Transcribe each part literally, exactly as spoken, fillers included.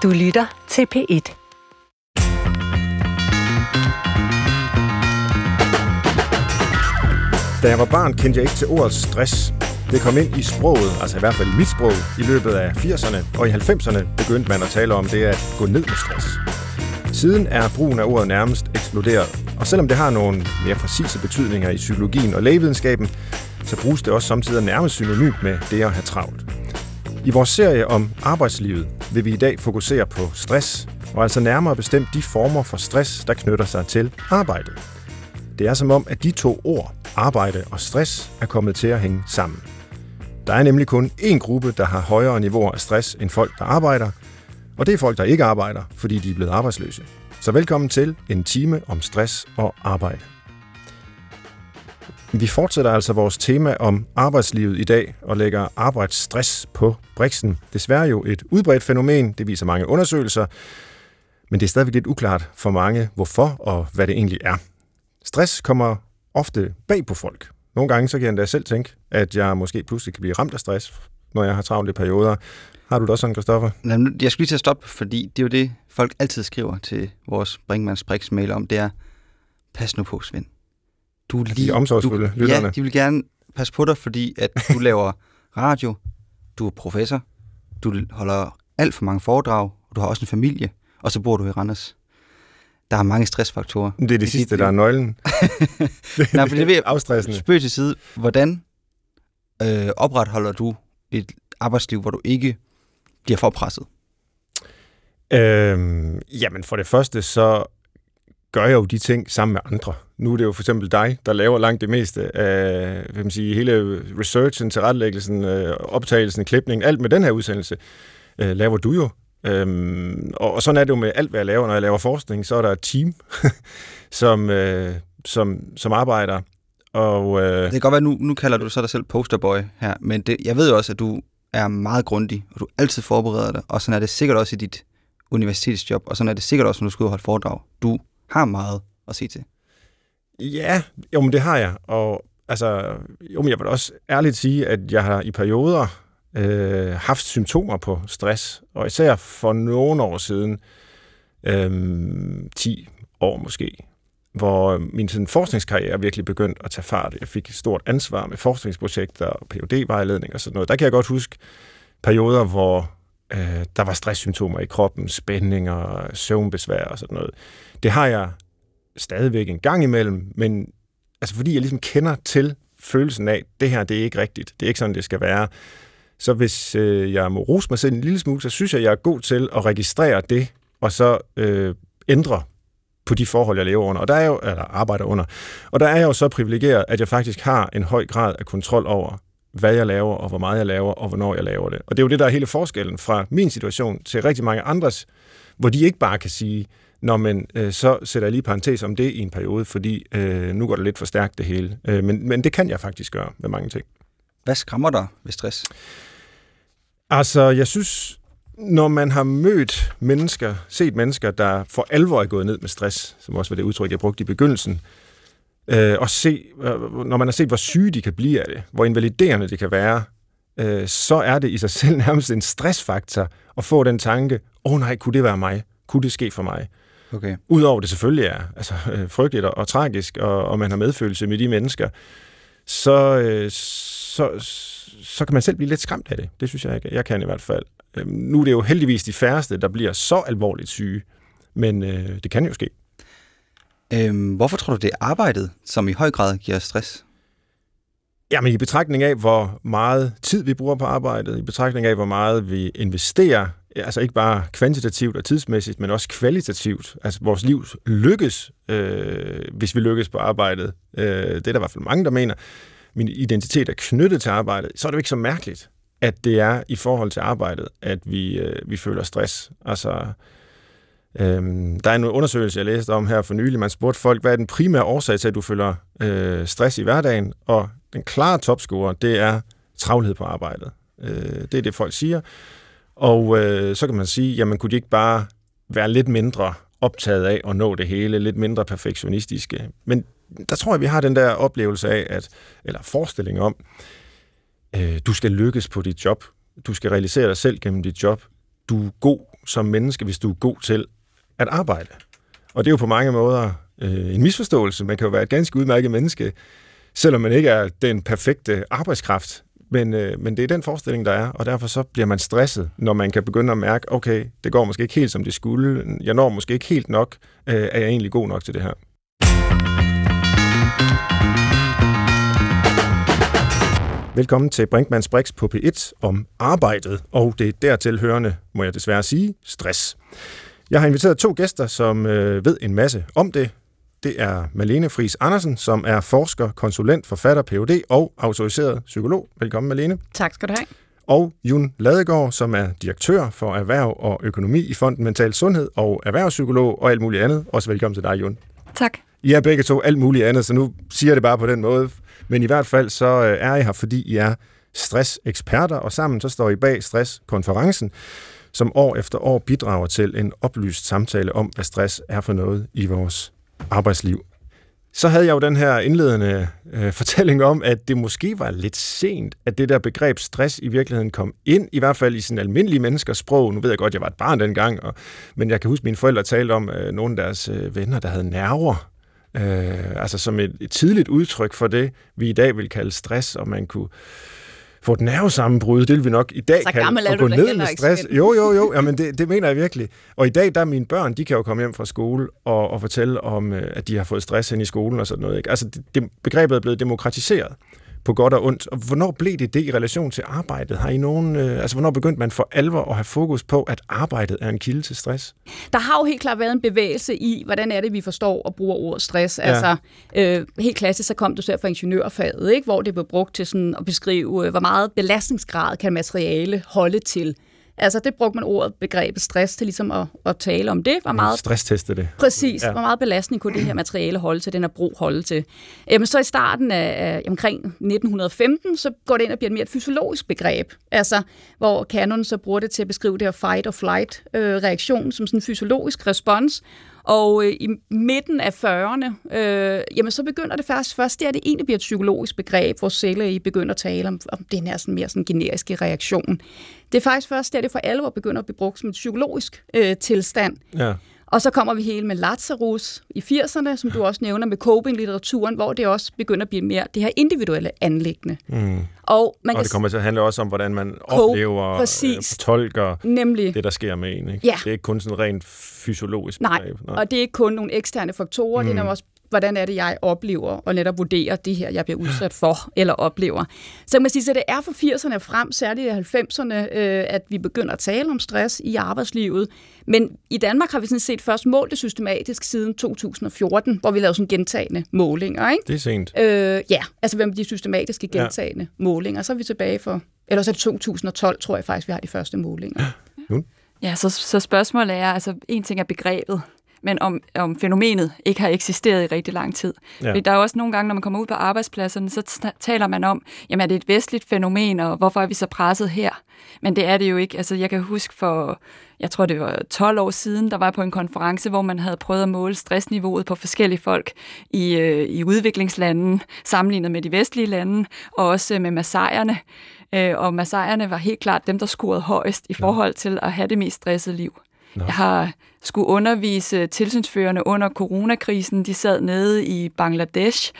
Du lytter til P et. Da jeg var barn, kendte jeg ikke til ordet stress. Det kom ind i sproget, altså i hvert fald i mit sprog, i løbet af firserne, og i halvfemserne begyndte man at tale om det at gå ned med stress. Siden er brugen af ordet nærmest eksploderet, og selvom det har nogle mere præcise betydninger i psykologien og lægevidenskaben, så bruges det også samtidig nærmest synonymt med det at have travlt. I vores serie om arbejdslivet vil vi i dag fokusere på stress, og altså nærmere bestemt de former for stress, der knytter sig til arbejdet. Det er som om, at de to ord, arbejde og stress, er kommet til at hænge sammen. Der er nemlig kun én gruppe, der har højere niveauer af stress end folk, der arbejder, og det er folk, der ikke arbejder, fordi de er blevet arbejdsløse. Så velkommen til en time om stress og arbejde. Vi fortsætter altså vores tema om arbejdslivet i dag og lægger arbejdsstress på briksen. Desværre jo et udbredt fænomen, det viser mange undersøgelser, men det er stadigvæk lidt uklart for mange, hvorfor og hvad det egentlig er. Stress kommer ofte bag på folk. Nogle gange så kan jeg endda selv tænke, at jeg måske pludselig kan blive ramt af stress, når jeg har travlt i perioder. Har du det også sådan, Christoffer? Jeg skal lige til at stoppe, fordi det er jo det, folk altid skriver til vores Brinkmanns Brix mail om, det er, pas nu på, Svend. Du er lige, de er omsorgsfulde, du, lytterne. Ja, de vil gerne passe på dig, fordi at du laver radio, du er professor, du holder alt for mange foredrag, og du har også en familie, og så bor du i Randers. Der er mange stressfaktorer. Det er det sidste, der er nøglen. det, Nej, for det vil afstressende. Spørg til side, hvordan øh, opretholder du et arbejdsliv, hvor du ikke bliver for presset? Øhm, jamen for det første, så gør jeg jo de ting sammen med andre. Nu er det jo for eksempel dig, der laver langt det meste af hvad man siger, hele researchen, tilrettelæggelsen, optagelsen, klipningen, alt med den her udsendelse, øh, laver du jo. Øhm, og, og sådan er det jo med alt, hvad jeg laver. Når jeg laver forskning, så er der et team, som, øh, som, som arbejder. Og, øh, det kan godt være, nu, nu kalder du så dig selv posterboy her, men det, jeg ved jo også, at du er meget grundig, og du altid forbereder dig, og sådan er det sikkert også i dit universitetsjob, og sådan er det sikkert også, når du skal ud og holde foredrag. Du har meget at se til. Ja, jo, men det har jeg. Og altså, jo, men jeg vil også ærligt sige, at jeg har i perioder øh, haft symptomer på stress, og især for nogle år siden, øh, ti år måske, hvor min sådan, forskningskarriere virkelig begyndte at tage fart. Jeg fik et stort ansvar med forskningsprojekter og P H D-vejledning og sådan noget. Der kan jeg godt huske perioder, hvor øh, der var stresssymptomer i kroppen, spændinger, søvnbesvær og sådan noget. Det har jeg stadigvæk en gang imellem, men altså fordi jeg ligesom kender til følelsen af, det her, det er ikke rigtigt, det er ikke sådan, det skal være. Så hvis øh, jeg må rose mig selv en lille smule, så synes jeg, jeg er god til at registrere det, og så øh, ændre på de forhold, jeg lever under, og der er jo, eller arbejder under. Og der er jeg jo så privilegeret, at jeg faktisk har en høj grad af kontrol over, hvad jeg laver, og hvor meget jeg laver, og hvornår jeg laver det. Og det er jo det, der er hele forskellen fra min situation til rigtig mange andres, hvor de ikke bare kan sige, nå, men øh, så sætter jeg lige parentes om det i en periode, fordi øh, nu går det lidt for stærkt det hele. Øh, men, men det kan jeg faktisk gøre med mange ting. Hvad skræmmer dig ved stress? Altså, jeg synes, når man har mødt mennesker, set mennesker, der for alvor er gået ned med stress, som også var det udtryk, jeg brugte i begyndelsen, øh, og se, når man har set, hvor syge de kan blive af det, hvor invaliderende det kan være, øh, så er det i sig selv nærmest en stressfaktor at få den tanke, åh oh, nej, kunne det være mig? Kunne det ske for mig? Okay. Udover det selvfølgelig er altså, øh, frygteligt og, og tragisk, og, og man har medfølelse med de mennesker, så, øh, så, så kan man selv blive lidt skræmt af det. Det synes jeg, jeg kan i hvert fald. Øh, nu er det jo heldigvis de færreste, der bliver så alvorligt syge, men øh, det kan jo ske. Øhm, hvorfor tror du, det er arbejdet, som i høj grad giver stress? Jamen i betragtning af, hvor meget tid vi bruger på arbejdet, i betragtning af, hvor meget vi investerer, altså ikke bare kvantitativt og tidsmæssigt, men også kvalitativt. Altså vores liv lykkes, øh, hvis vi lykkes på arbejdet. Øh, det er der i hvert fald mange, der mener. Min identitet er knyttet til arbejdet. Så er det jo ikke så mærkeligt, at det er i forhold til arbejdet, at vi, øh, vi føler stress. Altså, øh, der er en undersøgelse, jeg læste om her for nylig. Man spurgte folk, hvad er den primære årsag til, at du føler øh, stress i hverdagen? Og den klare topscorer, det er travlhed på arbejdet. Øh, det er det, folk siger. Og øh, så kan man sige, jamen kunne de ikke bare være lidt mindre optaget af at nå det hele, lidt mindre perfektionistiske. Men der tror jeg, vi har den der oplevelse af, at, eller forestilling om, øh, du skal lykkes på dit job, du skal realisere dig selv gennem dit job, du er god som menneske, hvis du er god til at arbejde. Og det er jo på mange måder øh, en misforståelse. Man kan jo være et ganske udmærket menneske, selvom man ikke er den perfekte arbejdskraft. Men, øh, men det er den forestilling, der er, og derfor så bliver man stresset, når man kan begynde at mærke, okay, det går måske ikke helt, som det skulle. Jeg når måske ikke helt nok. Øh, er jeg egentlig god nok til det her? Velkommen til Brinkmanns Brix på P et om arbejdet, og det dertil hørende, må jeg desværre sige, stress. Jeg har inviteret to gæster, som øh, ved en masse om det. Det er Malene Friis Andersen, som er forsker, konsulent, forfatter, P H D og autoriseret psykolog. Velkommen, Malene. Tak skal du have. Og Jun Ladegaard, som er direktør for erhverv og økonomi i Fonden Mental Sundhed og erhvervspsykolog og alt muligt andet. Også velkommen til dig, Jun. Tak. I er begge to alt muligt andet, så nu siger jeg det bare på den måde. Men i hvert fald så er I her, fordi I er stresseksperter, og sammen så står I bag Stresskonferencen, som år efter år bidrager til en oplyst samtale om, hvad stress er for noget i vores arbejdsliv. Så havde jeg jo den her indledende øh, fortælling om, at det måske var lidt sent, at det der begreb stress i virkeligheden kom ind, i hvert fald i sådan almindelige menneskers sprog. Nu ved jeg godt, jeg var et barn dengang, og, men jeg kan huske, at mine forældre talte om øh, nogle af deres øh, venner, der havde nerver. Øh, altså som et, et tidligt udtryk for det, vi i dag vil kalde stress, og man kunne få et nervesammenbrud, det vil vi nok i dag så kalde at gå ned med stress. Jo, jo, jo, jamen det, det mener jeg virkelig. Og i dag, der er mine børn, de kan jo komme hjem fra skole og, og fortælle om, at de har fået stress hen i skolen og sådan noget. Ikke? Altså det, det, begrebet er blevet demokratiseret på godt og ondt. Og hvornår blev det det i relation til arbejdet? Har I nogen, øh, altså hvornår begyndte man for alvor at have fokus på, at arbejdet er en kilde til stress? Der har jo helt klart været en bevægelse i, hvordan er det, vi forstår og bruger ordet stress. Ja. Altså øh, helt klassisk, så kom du selv fra ingeniørfaget, ikke? Hvor det blev brugt til sådan at beskrive, øh, hvor meget belastningsgrad kan materiale holde til. Altså, det brugte man ordet, begrebet stress, til ligesom at, at tale om det. Hvor meget stressteste det. Præcis. Ja. Hvor meget belastning kunne det her materiale holde til, den her brug holde til. Jamen, så i starten af, af omkring nitten femten, så går det ind og bliver et mere et fysiologisk begreb. Altså, hvor Cannon så bruger det til at beskrive det her fight or flight øh, reaktion som sådan en fysiologisk respons. Og øh, i midten af fyrrerne, øh, jamen så begynder det først, først det er det egentlig bliver et psykologisk begreb, hvor celler i begynder at tale om, om den her sådan mere sådan generiske reaktion. Det er faktisk først, det er det for alvor begynder at blive brugt som et psykologisk øh, tilstand. Ja. Og så kommer vi hele med Lazarus i firserne, som du også nævner, med coping-litteraturen, hvor det også begynder at blive mere det her individuelle anliggende. Mm. Og, man og kan det kommer til at handle også om, hvordan man cope, oplever og fortolker Nemlig. det, der sker med en. Ikke? Ja. Det er ikke kun sådan rent fysiologisk begreb. Nej, og det er ikke kun nogle eksterne faktorer, mm. det er også hvordan er det, jeg oplever, og netop vurderer det her, jeg bliver udsat for eller oplever. Så man sige, at det er fra firserne frem, særligt i halvfemserne, øh, at vi begynder at tale om stress i arbejdslivet. Men i Danmark har vi sådan set først målt det systematisk siden to tusind og fjorten, hvor vi lavede sådan gentagende målinger. Ikke? Det er sent. Øh, ja, altså hvem de systematiske gentagende ja. målinger. Så er vi tilbage for, eller så er det to tusind og tolv, tror jeg faktisk, vi har de første målinger. Ja, ja så, så spørgsmålet er, altså en ting er begrebet, men om, om fænomenet ikke har eksisteret i rigtig lang tid. Ja. Fordi der er også nogle gange, når man kommer ud på arbejdspladserne, så taler man om, jamen er det et vestligt fænomen, og hvorfor er vi så presset her? Men det er det jo ikke. Altså jeg kan huske for, jeg tror det var tolv år siden, der var jeg på en konference, hvor man havde prøvet at måle stressniveauet på forskellige folk i, øh, i udviklingslandene, sammenlignet med de vestlige lande, og også med masaierne. Øh, og masaierne var helt klart dem, der scorede højst i forhold til at have det mest stressede liv. No. Jeg har skulle undervise tilsynsførende under coronakrisen. De sad nede i Bangladesh,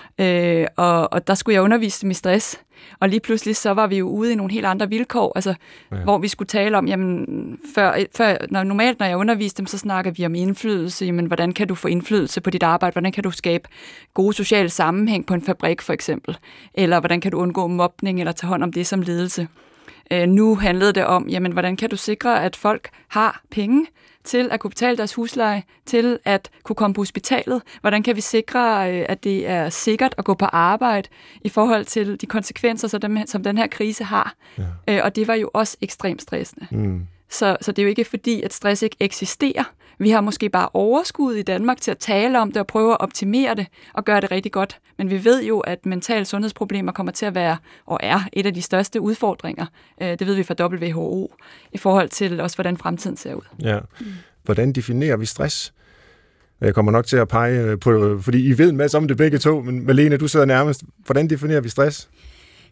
øh, og, og der skulle jeg undervise dem i stress. Og lige pludselig så var vi jo ude i nogle helt andre vilkår, altså, ja. hvor vi skulle tale om, jamen, før, før, når, normalt når jeg underviste dem, så snakker vi om indflydelse. Jamen, hvordan kan du få indflydelse på dit arbejde? Hvordan kan du skabe gode sociale sammenhæng på en fabrik, for eksempel? Eller hvordan kan du undgå mobning eller tage hånd om det som ledelse? Øh, nu handlede det om, jamen, hvordan kan du sikre, at folk har penge til at kunne betale deres husleje, til at kunne komme på hospitalet? Hvordan kan vi sikre, at det er sikkert at gå på arbejde i forhold til de konsekvenser, som den her krise har? Ja. Og det var jo også ekstremt stressende. Mm. Så, så det er jo ikke fordi, at stress ikke eksisterer. Vi har måske bare overskud i Danmark til at tale om det og prøve at optimere det og gøre det rigtig godt. Men vi ved jo, at mentale sundhedsproblemer kommer til at være og er et af de største udfordringer. Det ved vi fra W H O i forhold til også, hvordan fremtiden ser ud. Ja. Hvordan definerer vi stress? Jeg kommer nok til at pege på, fordi I ved en masse om det begge to, men Malene, du sidder nærmest. Hvordan definerer vi stress?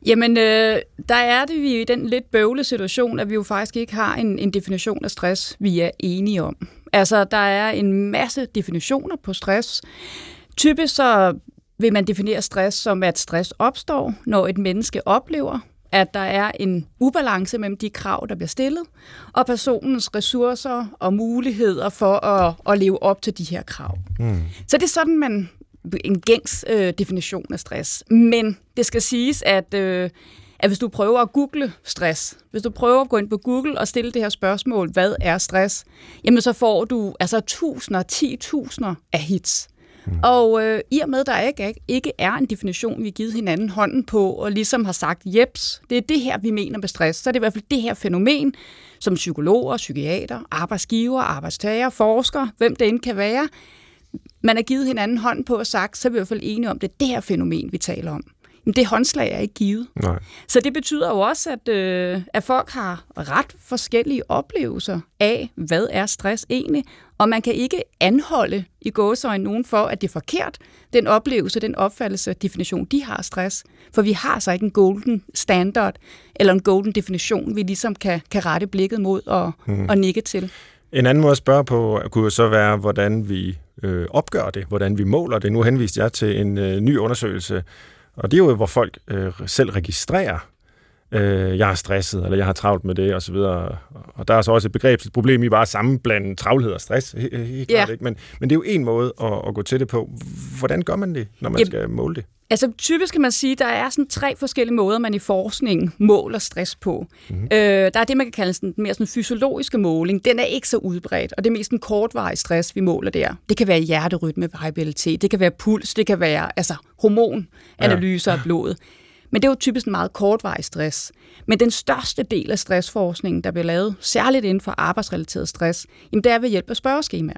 Jamen, øh, der er det vi i den lidt bøvlede situation, at vi jo faktisk ikke har en, en definition af stress, vi er enige om. Altså, der er en masse definitioner på stress. Typisk så vil man definere stress som, at stress opstår, når et menneske oplever, at der er en ubalance mellem de krav, der bliver stillet, og personens ressourcer og muligheder for at, at leve op til de her krav. Mm. Så det er sådan, man en gængs øh, definition af stress. Men det skal siges, at, øh, at hvis du prøver at google stress, hvis du prøver at gå ind på Google og stille det her spørgsmål, hvad er stress, jamen så får du altså tusinder, ti tusinder af hits. Mm. Og øh, i og med, at der ikke, ikke er en definition, vi har givet hinanden hånden på, og ligesom har sagt, jeps, det er det her, vi mener med stress, så er det i hvert fald det her fænomen, som psykologer, psykiater, arbejdsgiver, arbejdstager, forskere, hvem det end kan være, man har givet hinanden hånden på og sagt, så er vi i hvert fald enige om, det er det her fænomen, vi taler om. Men det håndslag er ikke givet. Nej. Så det betyder jo også, at, øh, at folk har ret forskellige oplevelser af, hvad er stress egentlig, og man kan ikke anholde i gåseøjne nogen for, at det er forkert, den oplevelse, den opfattelse, definition, de har stress. For vi har så ikke en golden standard, eller en golden definition, vi ligesom kan, kan rette blikket mod og, hmm. og nikke til. En anden måde at spørge på, kunne så være, hvordan vi øh, opgør det, hvordan vi måler det. Nu henviste jeg til en øh, ny undersøgelse, og det er jo, hvor folk øh, selv registrerer, øh, jeg er stresset, eller jeg har travlt med det, osv. Og der er så også et begrebsproblem i bare at sammenblande travlhed og stress. Helt klart, ikke? Men, men det er jo en måde at, at gå til det på. Hvordan gør man det, når man yep. skal måle det? Altså typisk kan man sige, at der er sådan tre forskellige måder, man i forskningen måler stress på. Mm-hmm. Øh, der er det, man kan kalde sådan, mere sådan fysiologiske måling. Den er ikke så udbredt, og det er mest en kortvarig stress, vi måler der. Det kan være hjerterytme, variabilitet, det kan være puls, det kan være altså, hormonanalyser ja. af blodet. Men det er jo typisk en meget kortvarig stress. Men den største del af stressforskningen, der bliver lavet, særligt inden for arbejdsrelateret stress, jamen det er ved hjælp af spørgeskemaer.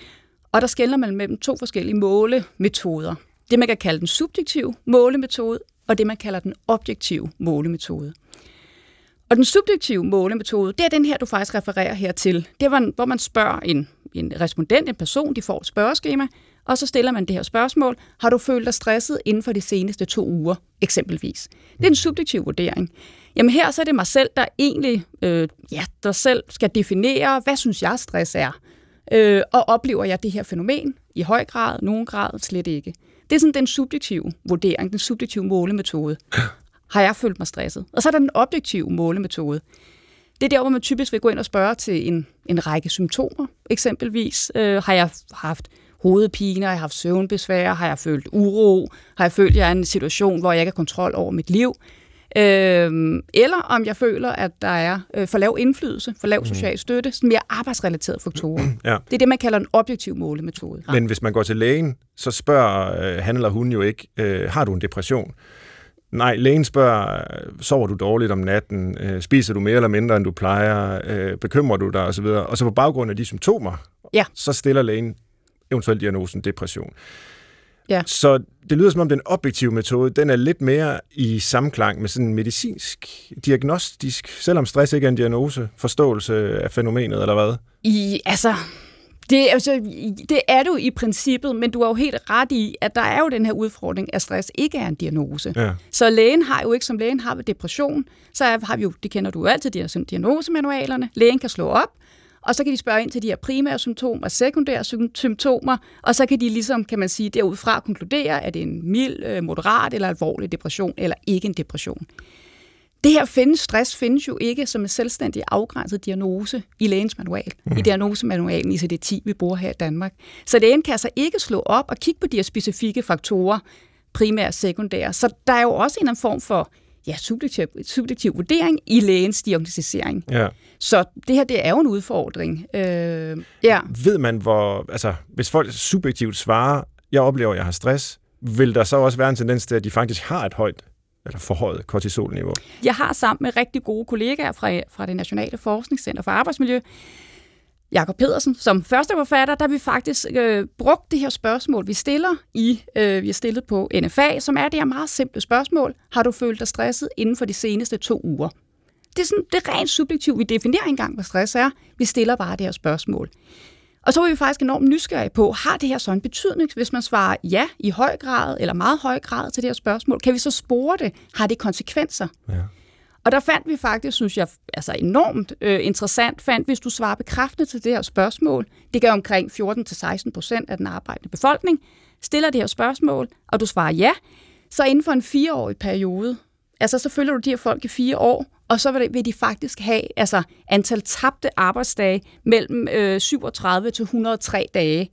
Og der skelner man mellem to forskellige målemetoder. Det, man kan kalde den subjektive målemetode, og det, man kalder den objektive målemetode. Og den subjektive målemetode, det er den her, du faktisk refererer her til. Det er, hvor man spørger en, en respondent, en person, de får et spørgeskema, og så stiller man det her spørgsmål. Har du følt dig stresset inden for de seneste to uger, eksempelvis? Det er en subjektiv vurdering. Jamen her så er det mig selv, der egentlig øh, ja, der selv skal definere, hvad synes jeg stress er? Øh, og oplever jeg det her fænomen i høj grad, nogen grad, slet ikke. Det er sådan den subjektive vurdering, den subjektive målemetode. Har jeg følt mig stresset? Og så er der den objektive målemetode. Det er der, hvor man typisk vil gå ind og spørge til en, en række symptomer. Eksempelvis øh, har jeg haft hovedpine, har jeg haft søvnbesvær, har jeg følt uro, har jeg følt, at jeg er i en situation, hvor jeg ikke har kontrol over mit liv. Øh, eller om jeg føler, at der er øh, for lav indflydelse, for lav social støtte, sådan mere arbejdsrelaterede faktorer. Ja. Det er det, man kalder en objektiv målemetode. Men hvis man går til lægen, så spørger øh, han eller hun jo ikke, øh, har du en depression? Nej, lægen spørger, sover du dårligt om natten? Øh, spiser du mere eller mindre, end du plejer? Øh, bekymrer du dig? Og så videre. Og så på baggrund af de symptomer, ja. så stiller lægen eventuelt diagnosen depression. Ja. Så det lyder som om den objektive metode, den er lidt mere i samklang med sådan en medicinsk, diagnostisk, selvom stress ikke er en diagnose, forståelse af fænomenet, eller hvad? I, altså, det, altså, det er du i princippet, men du har jo helt ret i, at der er jo den her udfordring, at stress ikke er en diagnose. Ja. Så lægen har jo ikke, som lægen har ved depression, så har vi jo, det kender du jo altid, de diagnosemanualerne. Lægen kan slå op, og så kan de spørge ind til de her primære symptomer, sekundære symptomer, og så kan de ligesom, kan man sige, derudfra konkludere, at det er en mild, moderat eller alvorlig depression, eller ikke en depression. Det her findes, stress findes jo ikke som en selvstændig afgrænset diagnose i lægens manual, mm. i diagnosemanualen I C D ti, vi bruger her i Danmark. Så lægen kan altså ikke slå op og kigge på de her specifikke faktorer, primære og sekundære. Så der er jo også en form for ja, subjektiv, subjektiv vurdering i lægens diagnostisering. Ja. Så det her, det er jo en udfordring. Øh, ja. Ved man, hvor, altså, hvis folk subjektivt svarer, jeg oplever, at jeg har stress, vil der så også være en tendens til, at de faktisk har et højt eller forhøjet kortisolniveau? Jeg har sammen med rigtig gode kollegaer fra, fra det Nationale Forskningscenter for Arbejdsmiljø, Jakob Pedersen, som første forfatter, der vi faktisk øh, brugt det her spørgsmål, vi stiller i, øh, vi har stillet på N F A, som er det her meget simple spørgsmål. Har du følt dig stresset inden for de seneste to uger? Det er, sådan, det er rent subjektivt. Vi definerer ikke engang, hvad stress er. Vi stiller bare det her spørgsmål. Og så var vi faktisk enormt nysgerrige på, har det her så en betydning? Hvis man svarer ja i høj grad, eller meget høj grad til det her spørgsmål, kan vi så spore det? Har det konsekvenser? Ja. Og der fandt vi faktisk, synes jeg, altså enormt øh, interessant, fandt, hvis du svarer bekræftende til det her spørgsmål, det gør omkring fjorten til seksten procent af den arbejdende befolkning, stiller det her spørgsmål, og du svarer ja, så inden for en fireårig periode, altså så følger du de her folk i fire år, og så vil de faktisk have altså, antal tabte arbejdsdage mellem øh, syvogtredive til et hundrede og tre dage.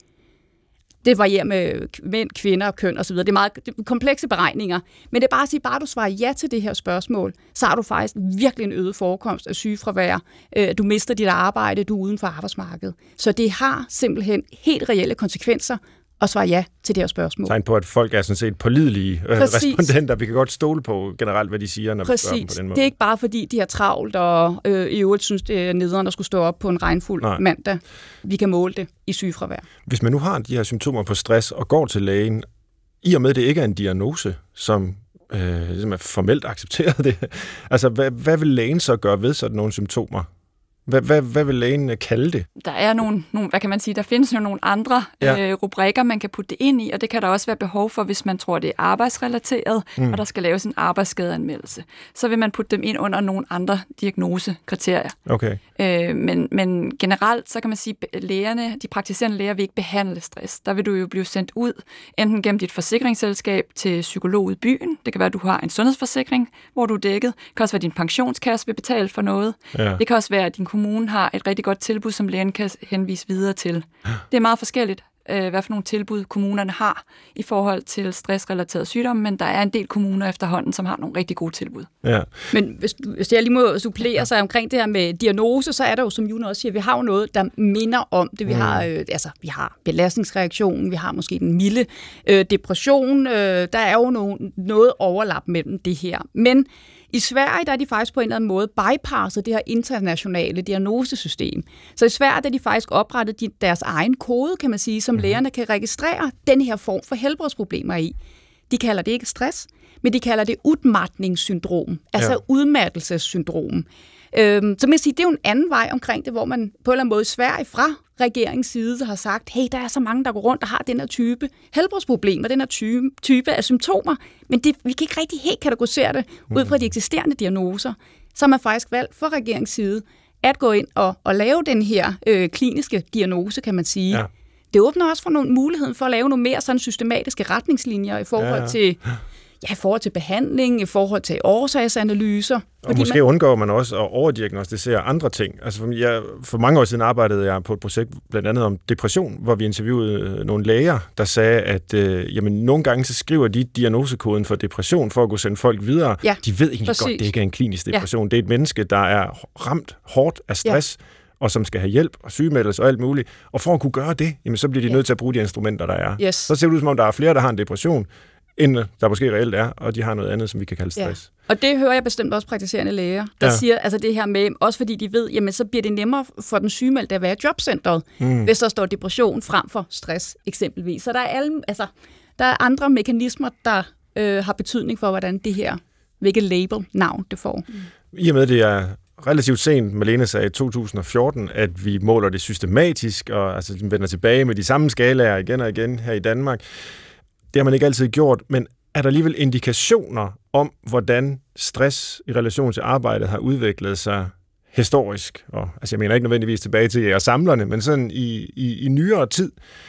Det varierer med mænd, kvinder, køn osv. Det er meget det er komplekse beregninger. Men det er bare at sige, bare du svarer ja til det her spørgsmål, så har du faktisk virkelig en øget forekomst af sygefravær. Du mister dit arbejde, du er uden for arbejdsmarkedet. Så det har simpelthen helt reelle konsekvenser at svare ja til det her spørgsmål. Tegn på, at folk er sådan set pålidelige øh, respondenter. Vi kan godt stole på generelt, hvad de siger, når Præcis. vi spørger dem på den måde. Det er ikke bare fordi, de har travlt og øh, i øvrigt synes, det er nederen, der skulle stå op på en regnfuld Nej. mandag. Vi kan måle det i sygefravær. Hvis man nu har de her symptomer på stress og går til lægen, i og med det ikke er en diagnose, som øh, ligesom er formelt accepteret det, altså hvad, hvad vil lægen så gøre ved sådan nogle symptomer? Hvad, hvad, hvad vil lægen kalde det? Der er nogle, nogle, hvad kan man sige, der findes jo nogle andre ja. øh, rubrikker, man kan putte det ind i, og det kan der også være behov for, hvis man tror, det er arbejdsrelateret, mm. og der skal laves en arbejdsskadeanmeldelse. Så vil man putte dem ind under nogle andre diagnosekriterier. Okay. Øh, men, men generelt, så kan man sige, at lægerne, de praktiserende læger vil ikke behandle stress. Der vil du jo blive sendt ud, enten gennem dit forsikringsselskab til psykolog i byen. Det kan være, at du har en sundhedsforsikring, hvor du er dækket. Det kan også være, at din pensionskasse vil betale for noget. Ja. Det kan også være, at din kommune har et rigtig godt tilbud, som lægen kan henvise videre til. Det er meget forskelligt, hvad for nogle tilbud kommunerne har i forhold til stressrelateret sygdomme, men der er en del kommuner efterhånden, som har nogle rigtig gode tilbud. Ja. Men hvis, hvis jeg lige må supplere sig omkring det her med diagnose, så er der jo, som June også siger, vi har jo noget, der minder om det. Vi mm. har øh, altså vi har belastningsreaktionen, vi har måske den milde øh, depression. Øh, der er jo no, noget overlap mellem det her. Men i Sverige der er de faktisk på en eller anden måde bypasset det her internationale diagnosesystem. Så i Sverige der er de faktisk oprettet de, deres egen kode, kan man sige, som mm-hmm. lægerne kan registrere den her form for helbredsproblemer i. De kalder det ikke stress, men de kalder det udmattningssyndrom, altså ja. udmattelsessyndrom. Øhm, så man siger, det er jo en anden vej omkring det, hvor man på en eller anden måde i Sverige fra regeringens side har sagt, hey, der er så mange, der går rundt og har den her type helbredsproblemer, den her type, type af symptomer, men det, vi kan ikke rigtig helt kategorisere det ud fra de eksisterende diagnoser. Så har man faktisk valgt fra regeringens side at gå ind og, og lave den her øh, kliniske diagnose, kan man sige. Ja. Det åbner også for nogle muligheder for at lave nogle mere sådan systematiske retningslinjer i forhold ja, ja. til... Ja, i forhold til behandling, i forhold til årsagsanalyser. Og måske man... undgår man også at overdiagnostisere andre ting. Altså for, jeg, for mange år siden arbejdede jeg på et projekt blandt andet om depression, hvor vi interviewede nogle læger, der sagde, at øh, jamen, nogle gange så skriver de diagnosekoden for depression for at kunne sende folk videre. Ja, de ved egentlig præcis. Godt, det ikke er en klinisk depression. Ja. Det er et menneske, der er ramt hårdt af stress, ja. og som skal have hjælp og sygemeldelse og alt muligt. Og for at kunne gøre det, jamen, så bliver de ja. nødt til at bruge de instrumenter, der er. Yes. Så ser det ud som om, der er flere, der har en depression, end der måske reelt er, og de har noget andet, som vi kan kalde stress. Ja. Og det hører jeg bestemt også praktiserende læger, der ja. siger, altså det her med, også fordi de ved, jamen så bliver det nemmere for den sygemeldte at være i jobcentret, mm. hvis der står depression frem for stress eksempelvis. Så der er, alle, altså, der er andre mekanismer, der øh, har betydning for, hvordan det her, hvilket label, navn det får. Mm. I og med det er relativt sent, Malene sagde i to tusind og fjorten, at vi måler det systematisk, og altså vender tilbage med de samme skalaer igen og igen her i Danmark. Det har man ikke altid gjort, men er der alligevel indikationer om, hvordan stress i relation til arbejdet har udviklet sig historisk? Og, altså jeg mener ikke nødvendigvis tilbage til jer samlerne, men sådan i, i, i nyere tid.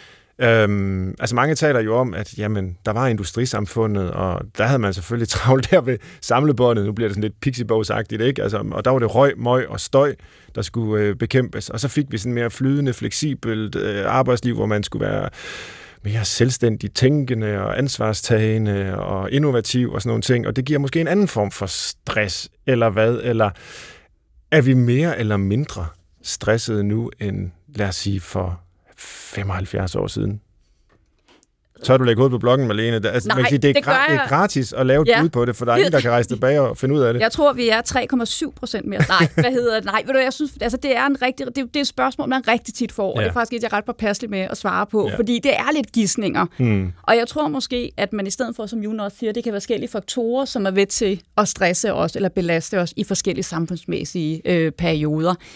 Øhm, altså mange taler jo om, at jamen, der var industrisamfundet, og der havde man selvfølgelig travlt der ved samlebåndet. Nu bliver det sådan lidt pixibogsagtigt, ikke? Altså, og der var det røg, møg og støj, der skulle øh, bekæmpes. Og så fik vi sådan mere flydende, fleksibelt øh, arbejdsliv, hvor man skulle være mere selvstændig tænkende og ansvarstagende og innovativ og sådan nogle ting, og det giver måske en anden form for stress, eller hvad, eller er vi mere eller mindre stressede nu end, lad os sige, for femoghalvfjerds år siden? Så har du lægget ud på bloggen, Malene. Det, altså, Nej, man kan sige, det, er det, gra- det er gratis at lave et ja. bud på det, for der er ingen, der kan rejse tilbage og finde ud af det. Jeg tror, vi er tre komma syv procent mere. Nej, hvad hedder det? Nej, ved du, jeg synes, altså, det er en rigtig, det, det er et spørgsmål, man rigtig tit får, ja. og det er faktisk et, jeg er ret påpasselig med at svare på, ja. fordi det er lidt gidsninger. Hmm. Og jeg tror måske, at man i stedet for, som June også siger, det kan være forskellige faktorer, som er ved til at stresse os eller belaste os i forskellige samfundsmæssige øh, perioder.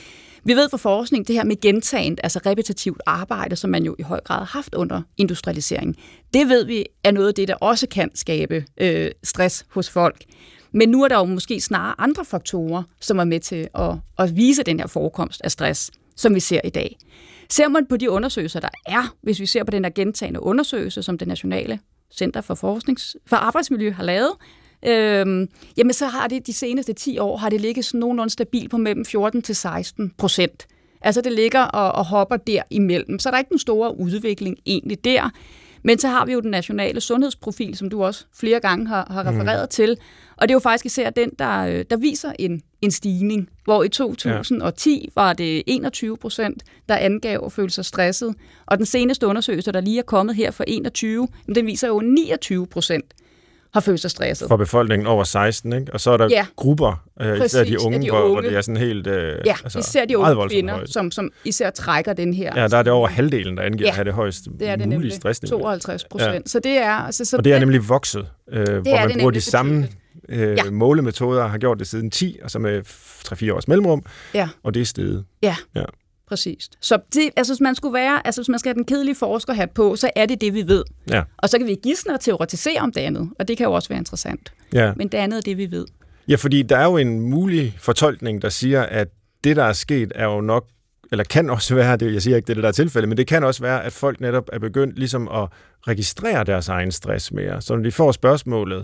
Vi ved fra forskning, det her med gentagent, altså repetitivt arbejde, som man jo i høj grad har haft under industrialiseringen, det ved vi er noget af det, der også kan skabe øh, stress hos folk. Men nu er der jo måske snarere andre faktorer, som er med til at, at vise den her forekomst af stress, som vi ser i dag. Ser man på de undersøgelser, der er, hvis vi ser på den her gentagende undersøgelse, som det Nationale Center for, Forsknings, for Arbejdsmiljø har lavet, øhm, jamen så har det de seneste ti år har det ligget sådan nogenlunde stabilt på mellem fjorten til seksten procent. Altså det ligger og, og hopper der imellem, så der er ikke den store udvikling egentlig der. Men så har vi jo den nationale sundhedsprofil, som du også flere gange har, har refereret mm. til, og det er jo faktisk især den, der, der viser en, en stigning, hvor i to tusind og ti ja. var det enogtyve procent, der angav at føle sig stresset, og den seneste undersøgelse, der lige er kommet her for enogtyve, den viser jo niogtyve procent har følt sig stresset. For befolkningen over seksten, ikke? Og så er der ja. grupper, øh, især de unge, de unge. Hvor, hvor det er sådan helt øh, ja, altså, især de unge kvinder, som, som især trækker den her. Ja, der er det over halvdelen, der angiver ja, at have det højeste det er det mulige stressniveau. tooghalvtreds procent. Ja. Så det er, altså, så og det er nemlig vokset, øh, hvor man bruger de samme øh, ja. målemetoder, har gjort det siden ti, altså med tre fire års mellemrum, ja. og det er steget. Ja. ja. Præcis. Så det, altså, hvis man skulle være, altså, hvis man skal have den kedelige forskerhat på, så er det det, vi ved. Ja. Og så kan vi gisne og teoretisere om det andet, og det kan jo også være interessant. Ja. Men det andet er det, vi ved. Ja, fordi der er jo en mulig fortolkning, der siger, at det, der er sket, er jo nok, eller kan også være, det, jeg siger ikke, det er det, der er tilfælde, men det kan også være, at folk netop er begyndt ligesom at registrere deres egen stress mere. Så når de får spørgsmålet,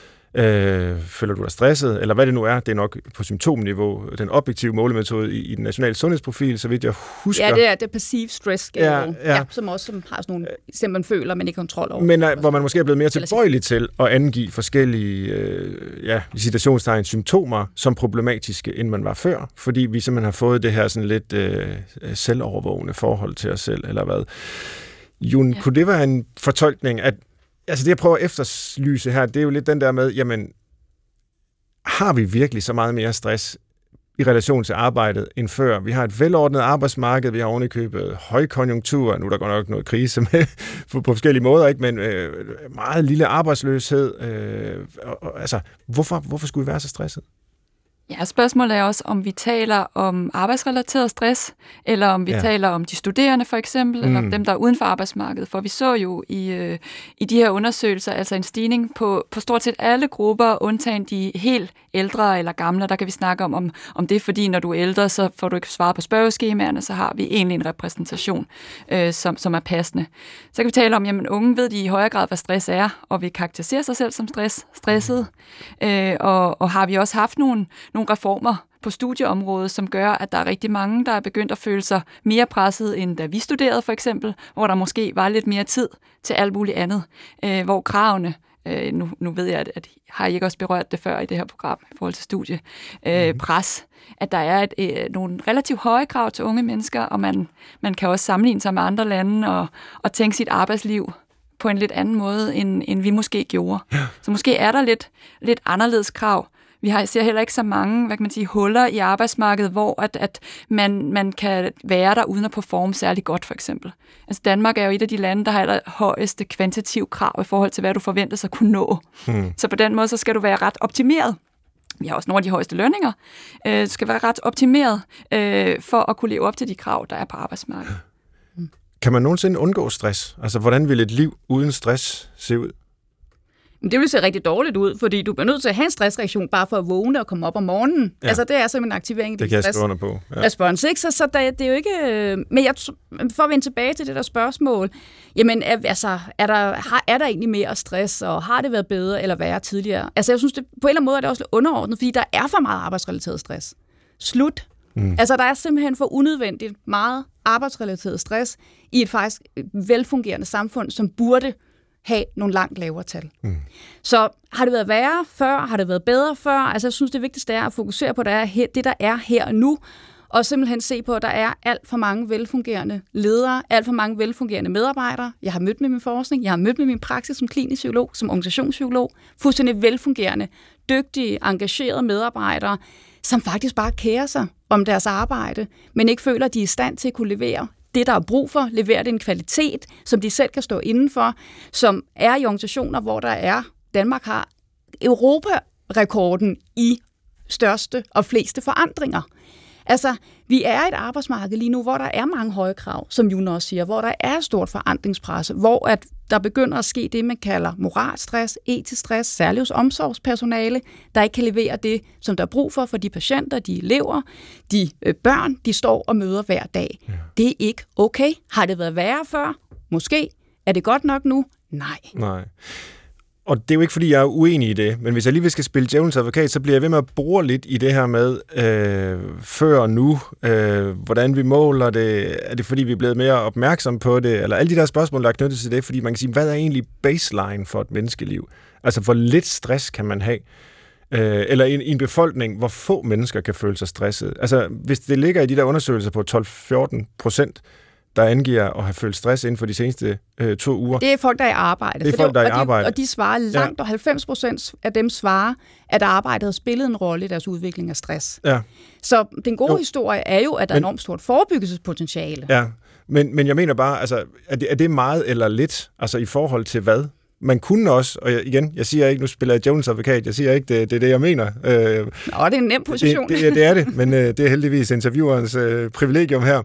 Øh, føler du dig stresset, eller hvad det nu er, det er nok på symptomniveau, den objektive målemetode i, i den nationale sundhedsprofil, så vidt jeg husker. Ja, det er det passive stress scale, ja, ja. Ja, som også som har sådan nogle, som man føler, men ikke kontrol over. Men uh, hvor man måske er blevet mere tilbøjelig til at angive forskellige, øh, ja, i citationstegn, symptomer som problematiske, end man var før, fordi vi simpelthen har fået det her sådan lidt øh, selvovervågende forhold til os selv, eller hvad. Jun, ja. Kunne det være en fortolkning, at altså det, jeg prøver at efterlyse her, det er jo lidt den der med, jamen, har vi virkelig så meget mere stress i relation til arbejdet end før? Vi har et velordnet arbejdsmarked, vi har ovenikøbet højkonjunktur, nu er der godt nok noget krise med, på, på forskellige måder, ikke? Men øh, meget lille arbejdsløshed. Øh, og, altså, hvorfor, hvorfor skulle vi være så stresset? Ja, spørgsmålet er også, om vi taler om arbejdsrelateret stress, eller om vi ja. taler om de studerende for eksempel, mm. eller om dem, der er uden for arbejdsmarkedet. For vi så jo i, øh, i de her undersøgelser altså en stigning på, på stort set alle grupper, undtagen de helt ældre eller gamle. Der kan vi snakke om, om, om det er fordi, når du er ældre, så får du ikke svaret på spørgeskemaerne, så har vi egentlig en repræsentation, øh, som, som er passende. Så kan vi tale om, jamen unge ved de i højere grad, hvad stress er, og vi karakteriserer sig selv som stress, stresset. Øh, og, og har vi også haft nogle, nogle reformer på studieområdet, som gør, at der er rigtig mange, der er begyndt at føle sig mere presset, end da vi studerede for eksempel, hvor der måske var lidt mere tid til alt muligt andet, øh, hvor kravene, øh, nu, nu ved jeg, at, at har I ikke også berørt det før i det her program i forhold til studie, øh, pres, at der er et, øh, nogle relativt høje krav til unge mennesker, og man, man kan også sammenligne sig med andre lande og, og tænke sit arbejdsliv på en lidt anden måde, end, end vi måske gjorde. Så måske er der lidt, lidt anderledes krav. Vi har, ser heller ikke så mange, hvad kan man sige, huller i arbejdsmarkedet, hvor at, at man, man kan være der uden at performe særlig godt, for eksempel. Altså Danmark er jo et af de lande, der har aller højeste kvantitativ krav i forhold til, hvad du forventer sig at kunne nå. Hmm. Så på den måde, så skal du være ret optimeret. Vi har også nogle af de højeste lønninger. Øh, skal være ret optimeret øh, for at kunne leve op til de krav, der er på arbejdsmarkedet. Kan man nogensinde undgå stress? Altså, hvordan vil et liv uden stress se ud? Det vil se rigtig dårligt ud, fordi du bliver nødt til at have en stressreaktion bare for at vågne og komme op om morgenen. Ja. Altså, det er simpelthen en aktivering af din stress. Det kan jeg skrive under på. Ja. Respons, ikke? Så, så der, det er jo ikke... Men jeg, for at vende tilbage til det der spørgsmål, jamen, altså, er der, har, er der egentlig mere stress, og har det været bedre eller værre tidligere? Altså, jeg synes, det, på en eller anden måde er det også lidt underordnet, fordi der er for meget arbejdsrelateret stress. Slut. Mm. Altså, der er simpelthen for unødvendigt meget arbejdsrelateret stress i et faktisk velfungerende samfund, som burde have nogle langt lavere tal. Mm. Så har det været værre før? Har det været bedre før? Altså, jeg synes, det vigtigste er at fokusere på det, er her, det der er her og nu, og simpelthen se på, at der er alt for mange velfungerende ledere, alt for mange velfungerende medarbejdere. Jeg har mødt med min forskning, jeg har mødt med min praksis som klinisk psykolog, som organisationspsykolog, fuldstændig velfungerende, dygtige, engagerede medarbejdere, som faktisk bare kærer sig om deres arbejde, men ikke føler, at de er i stand til at kunne levere det, der er brug for, levere den kvalitet, som de selv kan stå indenfor, som er i organisationer, hvor der er, Danmark har Europarekorden i største og fleste forandringer. Altså, vi er et arbejdsmarked lige nu, hvor der er mange høje krav, som June også siger, hvor der er stort forandringspres, hvor at der begynder at ske det, man kalder moralstress, etisk stress, særligt hos omsorgspersonale, der ikke kan levere det, som der er brug for for de patienter, de elever, de øh, børn, de står og møder hver dag. Ja. Det er ikke okay. Har det været værre før? Måske. Er det godt nok nu? Nej. Nej. Og det er jo ikke, fordi jeg er uenig i det, men hvis jeg lige skal spille djævelens advokat, så bliver jeg ved med at bore lidt i det her med øh, før og nu, øh, hvordan vi måler det, er det fordi, vi er blevet mere opmærksomme på det, eller alle de der spørgsmål, der er knyttet til det, fordi man kan sige, hvad er egentlig baseline for et menneskeliv? Altså, hvor lidt stress kan man have? Øh, eller i en, i en befolkning, hvor få mennesker kan føle sig stresset. Altså, hvis det ligger i de der undersøgelser på tolv til fjorten procent, der angiver at have følt stress inden for de seneste øh, to uger. Det er folk, der er i arbejde. Det er folk, der er i arbejde. Og de svarer langt, ja. Og halvfems procent af dem svarer, at arbejdet har spillet en rolle i deres udvikling af stress. Ja. Så den gode jo. historie er jo, at der men, er enormt stort forebyggelsespotentiale. Ja, men, men jeg mener bare, altså, er det, er det meget eller lidt, altså i forhold til hvad? Man kunne også, og jeg, igen, jeg siger ikke, nu spiller jeg djævelens advokat, jeg siger ikke, det, det er det, jeg mener. Øh, Nå, det er en nem position. Det, det, det er det, men øh, det er heldigvis interviewerens øh, privilegium her.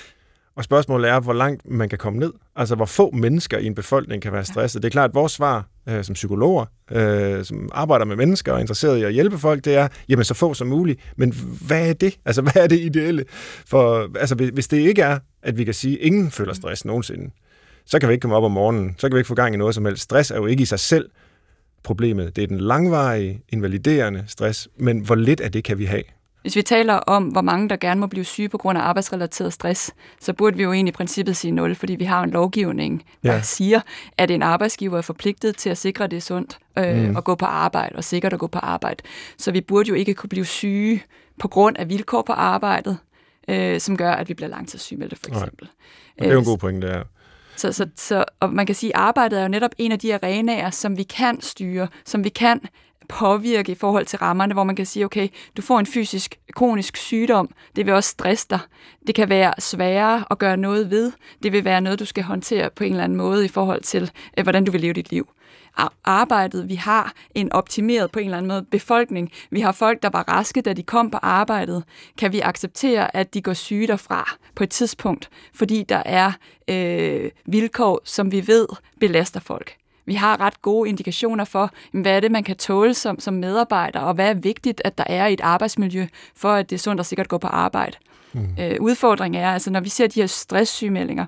Og spørgsmålet er, hvor langt man kan komme ned. Altså, hvor få mennesker i en befolkning kan være stresset. Det er klart, at vores svar øh, som psykologer, øh, som arbejder med mennesker og er interesseret i at hjælpe folk, det er, jamen, så få som muligt. Men hvad er det? Altså, hvad er det ideelle? For, altså, hvis det ikke er, at vi kan sige, at ingen føler stress nogensinde, så kan vi ikke komme op om morgenen. Så kan vi ikke få gang i noget som helst. Stress er jo ikke i sig selv problemet. Det er den langvarige, invaliderende stress. Men hvor lidt af det kan vi have? Hvis vi taler om, hvor mange der gerne må blive syge på grund af arbejdsrelateret stress, så burde vi jo egentlig i princippet sige nul, fordi vi har en lovgivning, der ja. siger, at en arbejdsgiver er forpligtet til at sikre, at det er sundt øh, mm. at gå på arbejde, og sikkert at gå på arbejde. Så vi burde jo ikke kunne blive syge på grund af vilkår på arbejdet, øh, som gør, at vi bliver langtidssygemeldte, for eksempel. Nej. Det er jo en god pointe, det er. Så, så, så, og man kan sige, at arbejdet er jo netop en af de arenaer, som vi kan styre, som vi kan påvirke i forhold til rammerne, hvor man kan sige, okay, du får en fysisk, kronisk sygdom, det vil også stresse dig. Det kan være sværere at gøre noget ved. Det vil være noget, du skal håndtere på en eller anden måde i forhold til, øh, hvordan du vil leve dit liv. Arbejdet, vi har en optimeret på en eller anden måde befolkning. Vi har folk, der var raske, da de kom på arbejdet. Kan vi acceptere, at de går syge derfra på et tidspunkt, fordi der er øh, vilkår, som vi ved belaster folk? Vi har ret gode indikationer for, hvad er det, man kan tåle som, som medarbejder, og hvad er vigtigt, at der er i et arbejdsmiljø, for at det er sundt og sikkert gå på arbejde. Mm. Øh, udfordringen er, altså når vi ser de her stresssygemeldinger,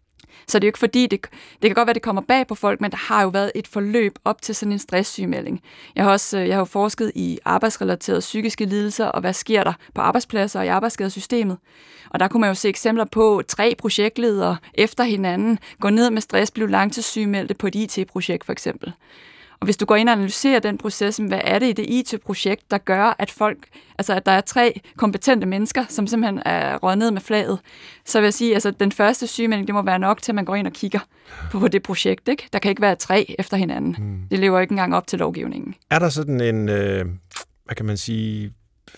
så det er jo ikke fordi, det, det kan godt være, det kommer bag på folk, men der har jo været et forløb op til sådan en stresssygemelding. Jeg har også jeg har jo forsket i arbejdsrelaterede psykiske lidelser, og hvad sker der på arbejdspladser og i arbejdsskadesystemet. Og der kunne man jo se eksempler på tre projektledere efter hinanden gå ned med stress, blive langtidssygemeldte på et I T-projekt for eksempel. Og hvis du går ind og analyserer den proces, hvad er det i det I T-projekt, der gør, at folk, altså at der er tre kompetente mennesker, som simpelthen er røget ned med flaget, så vil jeg sige, altså den første sygemelding, det må være nok til, at man går ind og kigger på, på det projekt, ikke? Der kan ikke være tre efter hinanden. Hmm. Det lever ikke engang op til lovgivningen. Er der sådan en, øh, hvad kan man sige,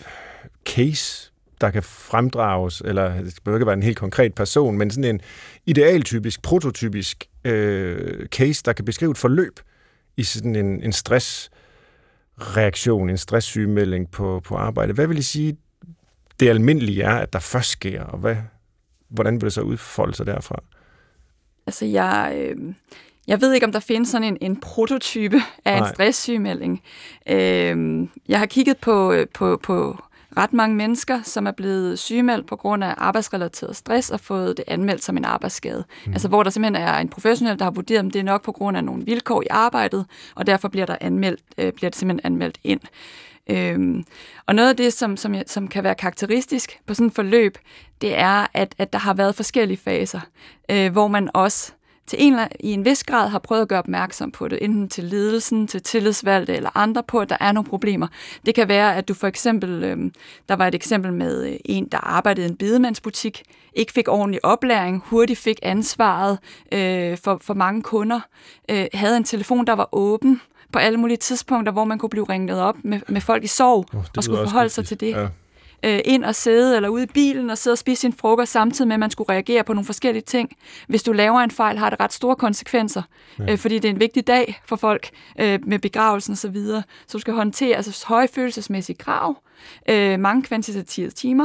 case, der kan fremdrages, eller det behøver ikke være en helt konkret person, men sådan en idealtypisk, prototypisk øh, case, der kan beskrive et forløb i sådan en, en stressreaktion, en stresssygemelding på, på arbejde. Hvad vil I sige, det almindelige er, at der først sker, og hvad, hvordan vil det så udfolde sig derfra? Altså, jeg, øh, jeg ved ikke, om der findes sådan en, en prototype af Nej. en stresssygemelding. Øh, jeg har kigget på, på, på ret mange mennesker, som er blevet sygemeldt på grund af arbejdsrelateret stress og fået det anmeldt som en arbejdsskade. Mm. Altså hvor der simpelthen er en professionel, der har vurderet, om det er nok på grund af nogle vilkår i arbejdet, og derfor bliver, der anmeldt, øh, bliver det simpelthen anmeldt ind. Øhm, og noget af det, som, som, som kan være karakteristisk på sådan et forløb, det er, at, at der har været forskellige faser, øh, hvor man også til en, i en vis grad har prøvet at gøre opmærksom på det, enten til ledelsen, til tillidsvalgte eller andre på, at der er nogle problemer. Det kan være, at du for eksempel, øh, der var et eksempel med en, der arbejdede i en bedemandsbutik, ikke fik ordentlig oplæring, hurtigt fik ansvaret øh, for, for mange kunder, øh, havde en telefon, der var åben på alle mulige tidspunkter, hvor man kunne blive ringet op med, med folk i sorg, oh, og skulle forholde sig til det. Ja. Ind og sidde, eller ude i bilen og sidde og spise sin frokost, samtidig med, at man skulle reagere på nogle forskellige ting. Hvis du laver en fejl, har det ret store konsekvenser, ja. øh, fordi det er en vigtig dag for folk øh, med begravelsen og så videre. Så du skal håndtere altså, høje følelsesmæssige krav, øh, mange kvantitative timer,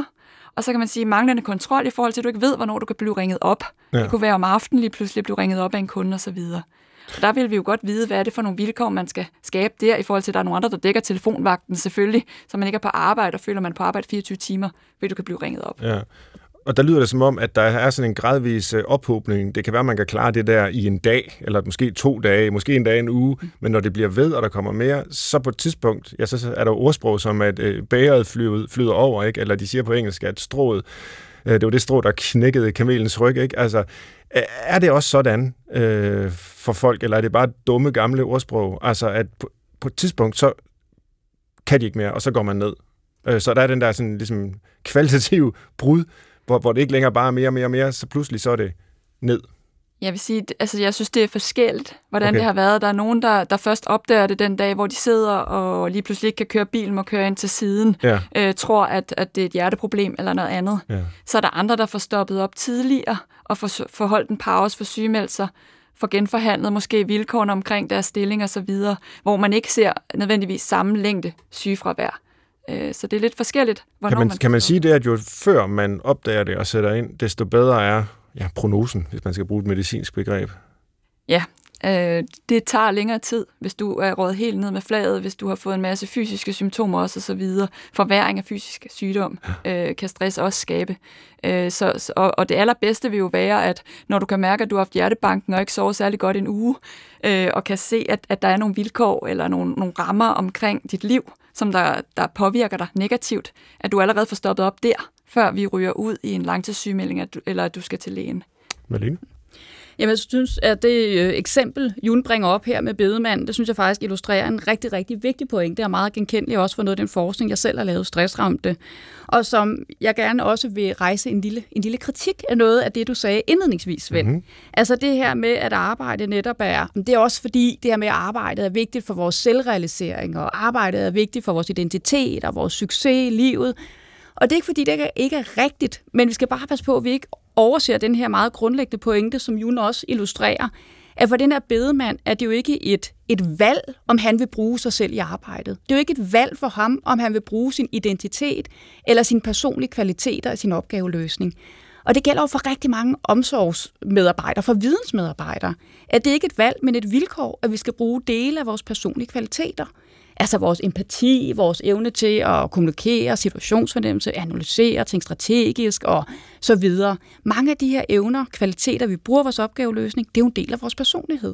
Og så kan man sige manglende kontrol i forhold til, at du ikke ved, hvornår du kan blive ringet op. Ja. Det kunne være om aftenen lige pludselig blive ringet op af en kunde osv. Og der vil vi jo godt vide, hvad er det for nogle vilkår, man skal skabe der, i forhold til, at der er nogle andre, der dækker telefonvagten selvfølgelig, så man ikke er på arbejde og føler, man er på arbejde fireogtyve timer, fordi du kan blive ringet op. Ja. Og der lyder det som om, at der er sådan en gradvis ophobning. Det kan være, at man kan klare det der i en dag, eller måske to dage, måske en dag en uge, mm. men når det bliver ved, og der kommer mere, så på et tidspunkt, ja, så er der ordsprog som, at øh, bægeret flyder, flyder over, ikke? Eller de siger på engelsk, at strået, øh, det var det strå, der knækkede kamelens ryg, ikke? Altså, er det også sådan øh, for folk, eller er det bare dumme, gamle ordsprog? Altså, at på, på et tidspunkt, så kan de ikke mere, og så går man ned. Øh, så der er den der sådan, ligesom, kvalitative brud, Hvor, hvor det ikke længere bare er mere og mere og mere, så pludselig så er det ned. Jeg vil sige, altså jeg synes, det er forskelligt, hvordan okay. det har været. Der er nogen, der, der først opdager det den dag, hvor de sidder og lige pludselig ikke kan køre bilen, må køre ind til siden, ja. øh, tror, at, at det er et hjerteproblem eller noget andet. Ja. Så er der andre, der får stoppet op tidligere og får, får holdt en pause for sygemeldelser, får genforhandlet måske vilkårene omkring deres stilling og så videre, hvor man ikke ser nødvendigvis samme længde sygefravær. Så det er lidt forskelligt, hvornår kan man, man... Kan man sige det, at jo før man opdager det og sætter ind, desto bedre er ja, prognosen, hvis man skal bruge et medicinsk begreb? Ja, øh, det tager længere tid, hvis du er røget helt ned med flaget, hvis du har fået en masse fysiske symptomer også og så videre. Forværring af fysisk sygdom øh, kan stress også skabe. Øh, så, og, og det allerbedste vil jo være, at når du kan mærke, at du har haft hjertebanken og ikke sover særlig godt en uge, øh, og kan se, at, at der er nogle vilkår eller nogle, nogle rammer omkring dit liv, som der, der påvirker dig negativt, at du allerede får stoppet op der, før vi ryger ud i en langtidssygemelding, at du, eller at du skal til lægen. Malene? Jamen, jeg synes, at det øh, eksempel, Jun bringer op her med bedemanden, det synes jeg faktisk illustrerer en rigtig, rigtig vigtig point. Det er meget genkendeligt også for noget af den forskning, jeg selv har lavet, stressramte, og som jeg gerne også vil rejse en lille, en lille kritik af noget af det, du sagde indledningsvis, Svend. Mm-hmm. Altså det her med, at arbejde netop er, det er også fordi, det her med at arbejde er vigtigt for vores selvrealisering, og arbejdet er vigtigt for vores identitet og vores succes i livet. Og det er ikke fordi, det ikke er rigtigt, men vi skal bare passe på, at vi ikke overser den her meget grundlæggende pointe, som Jun også illustrerer, at for den her bedemand er det jo ikke et, et valg, om han vil bruge sig selv i arbejdet. Det er jo ikke et valg for ham, om han vil bruge sin identitet eller sine personlige kvaliteter i sin opgaveløsning. Og det gælder jo for rigtig mange omsorgsmedarbejdere, for vidensmedarbejdere, at det ikke er et valg, men et vilkår, at vi skal bruge dele af vores personlige kvaliteter. Altså vores empati, vores evne til at kommunikere, situationsfornemmelse, analysere, tænke strategisk og så videre. Mange af de her evner, kvaliteter, vi bruger vores opgaveløsning, det er jo en del af vores personlighed.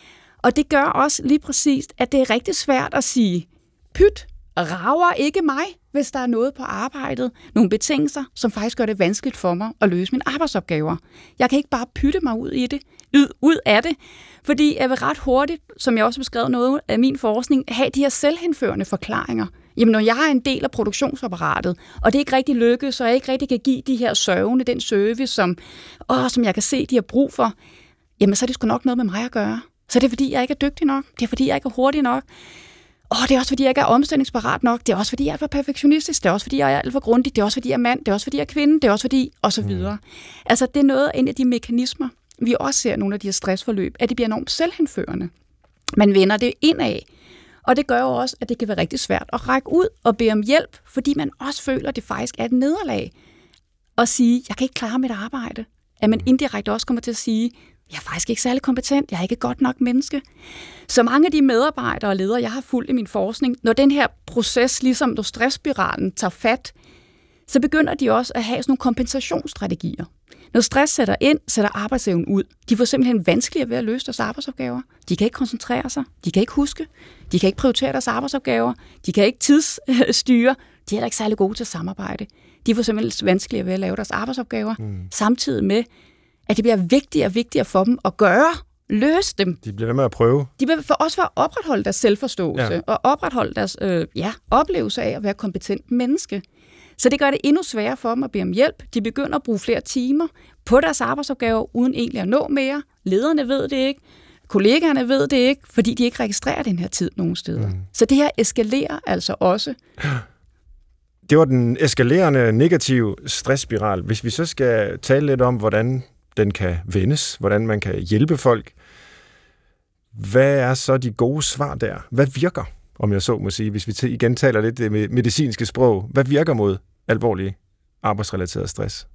Og det gør også lige præcis, at det er rigtig svært at sige, pyt, rager ikke mig, hvis der er noget på arbejdet, nogle betingelser, som faktisk gør det vanskeligt for mig at løse mine arbejdsopgaver. Jeg kan ikke bare pytte mig ud i det, ud af det, fordi jeg vil ret hurtigt, som jeg også beskrev noget af min forskning, have de her selvhenførende forklaringer. Jamen, når jeg er en del af produktionsapparatet, og det ikke rigtig lykkes, og jeg ikke rigtig kan give de her sørgende, den service, som, åh, som jeg kan se, de har brug for, jamen, så er det sgu nok noget med mig at gøre. Så er det, fordi jeg ikke er dygtig nok, det er, fordi jeg ikke er hurtig nok, åh, det er også, fordi jeg ikke er omstillingsparat nok, det er også, fordi jeg er for perfektionistisk, det er også, fordi jeg er alt for grundig, det er også, fordi jeg er mand, det er også, fordi jeg er kvinde, det er også, fordi, og så videre. Mm. Altså, det er noget af en af de mekanismer, vi også ser nogle af de her stressforløb, at det bliver enormt selvhenførende. Man vender det indad, og det gør jo også, at det kan være rigtig svært at række ud og bede om hjælp, fordi man også føler, at det faktisk er et nederlag at sige, jeg kan ikke klare mit arbejde. At man indirekte også kommer til at sige, jeg er faktisk ikke særlig kompetent, jeg er ikke et godt nok menneske. Så mange af de medarbejdere og ledere, jeg har fulgt i min forskning, når den her proces, ligesom når stressspiralen tager fat, så begynder de også at have sådan nogle kompensationsstrategier. Når stress sætter ind, sætter arbejdsevnen ud. De får simpelthen vanskeligere ved at løse deres arbejdsopgaver. De kan ikke koncentrere sig, de kan ikke huske, de kan ikke prioritere deres arbejdsopgaver, de kan ikke tidsstyre, de er heller ikke særlig gode til at samarbejde. De får simpelthen vanskeligere ved at lave deres arbejdsopgaver, mm. samtidig med, at det bliver vigtigere og vigtigere for dem at gøre, løse dem. De bliver ved med at prøve. De vil for også for at opretholde deres selvforståelse, ja. og opretholde deres øh, ja, oplevelse af at være kompetent menneske. Så det gør det endnu sværere for dem at bede om hjælp. De begynder at bruge flere timer på deres arbejdsopgaver, uden egentlig at nå mere. Lederne ved det ikke. Kollegaerne ved det ikke, fordi de ikke registrerer den her tid nogen steder. Mm. Så det her eskalerer altså også. Det var den eskalerende negative stressspiral. Hvis vi så skal tale lidt om, hvordan den kan vendes, hvordan man kan hjælpe folk, hvad er så de gode svar der? Hvad virker, om jeg så må sige, hvis vi igen taler lidt det medicinske sprog? Hvad virker mod alvorlige arbejdsrelateret stress?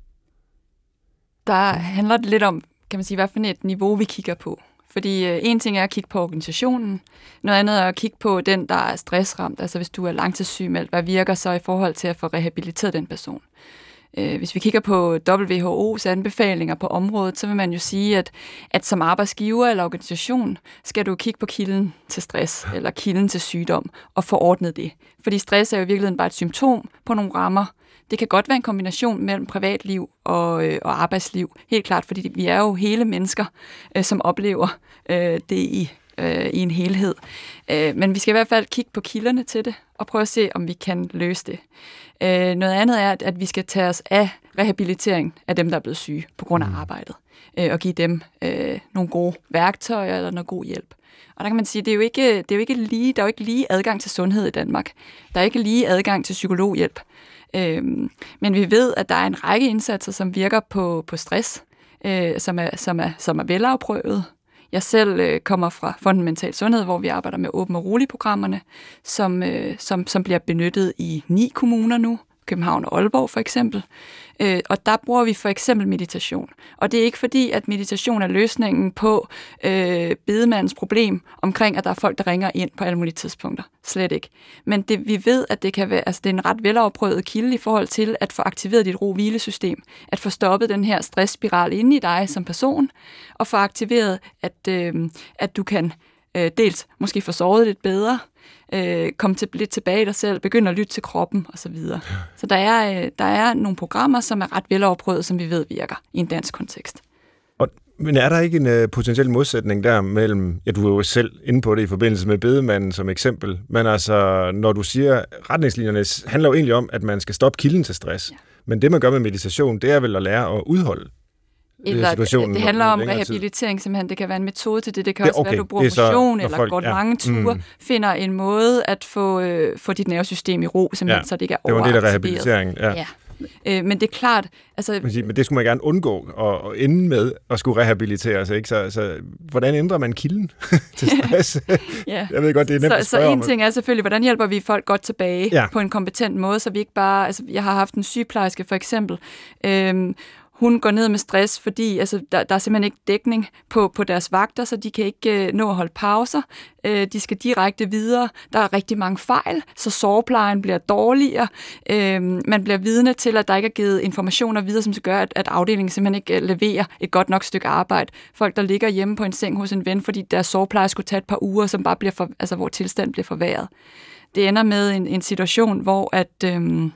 Der handler det lidt om, kan man sige, hvad for et niveau vi kigger på. Fordi øh, en ting er at kigge på organisationen, noget andet er at kigge på den, der er stressramt. Altså hvis du er langtidssygemeldt, hvad virker så i forhold til at få rehabiliteret den person? Øh, hvis vi kigger på W H O's anbefalinger på området, så vil man jo sige, at, at som arbejdsgiver eller organisation, skal du kigge på kilden til stress eller kilden til sygdom og forordne det. Fordi stress er jo i virkeligheden bare et symptom på nogle rammer. Det kan godt være en kombination mellem privatliv og, øh, og arbejdsliv, helt klart, fordi vi er jo hele mennesker, øh, som oplever øh, det i, øh, i en helhed. Øh, men vi skal i hvert fald kigge på kilderne til det, og prøve at se, om vi kan løse det. Øh, noget andet er, at, at vi skal tage os af rehabilitering af dem, der er blevet syge på grund af arbejdet, øh, og give dem øh, nogle gode værktøjer eller noget god hjælp. Og der kan man sige, det er jo ikke, det er jo ikke lige, der er jo ikke lige adgang til sundhed i Danmark. Der er ikke lige adgang til psykologhjælp. Øhm, men vi ved, at der er en række indsatser, som virker på, på stress, øh, som, er, som, er, som er velafprøvet. Jeg selv øh, kommer fra Fonden Mental Sundhed, hvor vi arbejder med åben og rolig-programmerne, som, øh, som, som bliver benyttet i ni kommuner nu, København og Aalborg for eksempel. Øh, og der bruger vi for eksempel meditation. Og det er ikke fordi, at meditation er løsningen på øh, bedemandens problem omkring, at der er folk, der ringer ind på alle mulige tidspunkter. Slet ikke. Men det, vi ved, at det kan være, altså det er en ret velafprøvet kilde i forhold til at få aktiveret dit ro-hvilesystem, at få stoppet den her stressspiral inde i dig som person, og få aktiveret, at, øh, at du kan øh, dels måske få sovet lidt bedre, Øh, komme til, lidt tilbage i dig selv, begynde at lytte til kroppen osv. Så, så der er, øh, der er nogle programmer, som er ret velafprøvet, som vi ved virker i en dansk kontekst. Og, men er der ikke en uh, potentiel modsætning der mellem, ja, du er jo selv inde på det i forbindelse med bedemanden som eksempel, men altså, når du siger, retningslinjerne handler jo egentlig om, at man skal stoppe kilden til stress, ja. Men det man gør med meditation, det er vel at lære at udholde Eller det handler om rehabilitering, simpelthen. Det kan være en metode til det. Det kan det, også okay. være, at du bruger motion eller folk, går ja. mange ture, mm. finder en måde at få, øh, få dit nervesystem i ro, simpelthen, ja. så det ikke er overaktiveret. Det var en del af rehabiliteringen, ja. ja. Øh, men det er klart... Altså, men det skulle man gerne undgå at, at ende med at skulle rehabilitere sig, ikke? Så, så hvordan ændrer man kilden til stress? ja. Jeg ved godt, det er nemt så, at spørge Så en om. ting er selvfølgelig, hvordan hjælper vi folk godt tilbage ja. på en kompetent måde, så vi ikke bare... Altså, jeg har haft en sygeplejerske, for eksempel... Øhm, Hun går ned med stress, fordi altså, der, der er simpelthen ikke dækning på, på deres vagter, så de kan ikke øh, nå at holde pauser. Øh, de skal direkte videre. Der er rigtig mange fejl, så soveplejen bliver dårligere. Øh, man bliver vidne til, at der ikke er givet informationer videre, som skal gøre, at, at afdelingen simpelthen ikke leverer et godt nok stykke arbejde. Folk, der ligger hjemme på en seng hos en ven, fordi deres sovepleje skulle tage et par uger, som bare bliver for, altså, hvor tilstanden bliver forværret. Det ender med en, en situation, hvor at... Øh,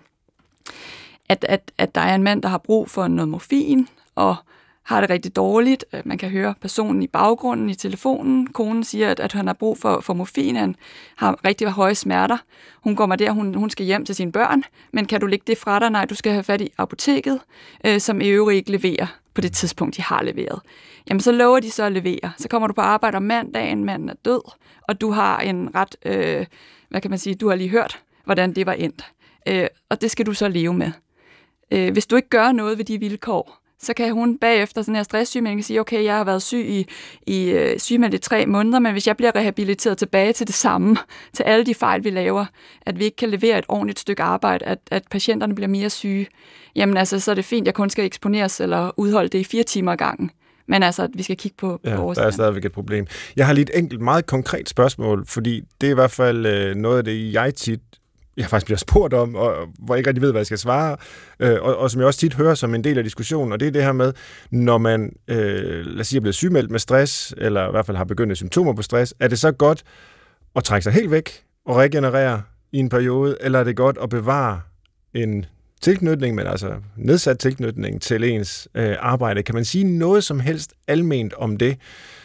At, at, at der er en mand, der har brug for noget morfin, og har det rigtig dårligt. Man kan høre personen i baggrunden i telefonen. Konen siger, at, at han har brug for, for morfin. Han har rigtig høje smerter. Hun kommer der, hun, hun skal hjem til sine børn. Men kan du lægge det fra dig? Nej, du skal have fat i apoteket, øh, som i øvrigt ikke leverer på det tidspunkt, de har leveret. Jamen, så lover de så at levere. Så kommer du på arbejde om mandagen, manden er død, og du har en ret, øh, hvad kan man sige, du har lige hørt, hvordan det var endt. Øh, og det skal du så leve med. Hvis du ikke gør noget ved de vilkår, så kan hun bagefter sådan her stresssygemelding sige, okay, jeg har været syg i, i uh, sygemeldt i tre måneder, men hvis jeg bliver rehabiliteret tilbage til det samme, til alle de fejl, vi laver, at vi ikke kan levere et ordentligt stykke arbejde, at, at patienterne bliver mere syge, jamen altså, så er det fint, jeg kun skal eksponeres eller udholde det i fire timer ad gangen. Men altså, at vi skal kigge på, ja, på vores der er stadigvæk et problem. Jeg har lige et enkelt, meget konkret spørgsmål, fordi det er i hvert fald øh, noget af det, jeg tit jeg faktisk bliver spurgt om, og hvor jeg ikke rigtig ved, hvad jeg skal svare, øh, og, og som jeg også tit hører som en del af diskussionen, og det er det her med, når man, øh, lad os sige, er blevet sygemeldt med stress, eller i hvert fald har begyndte symptomer på stress, er det så godt at trække sig helt væk og regenerere i en periode, eller er det godt at bevare en tilknytning, men altså nedsat tilknytning til ens øh, arbejde? Kan man sige noget som helst alment om det?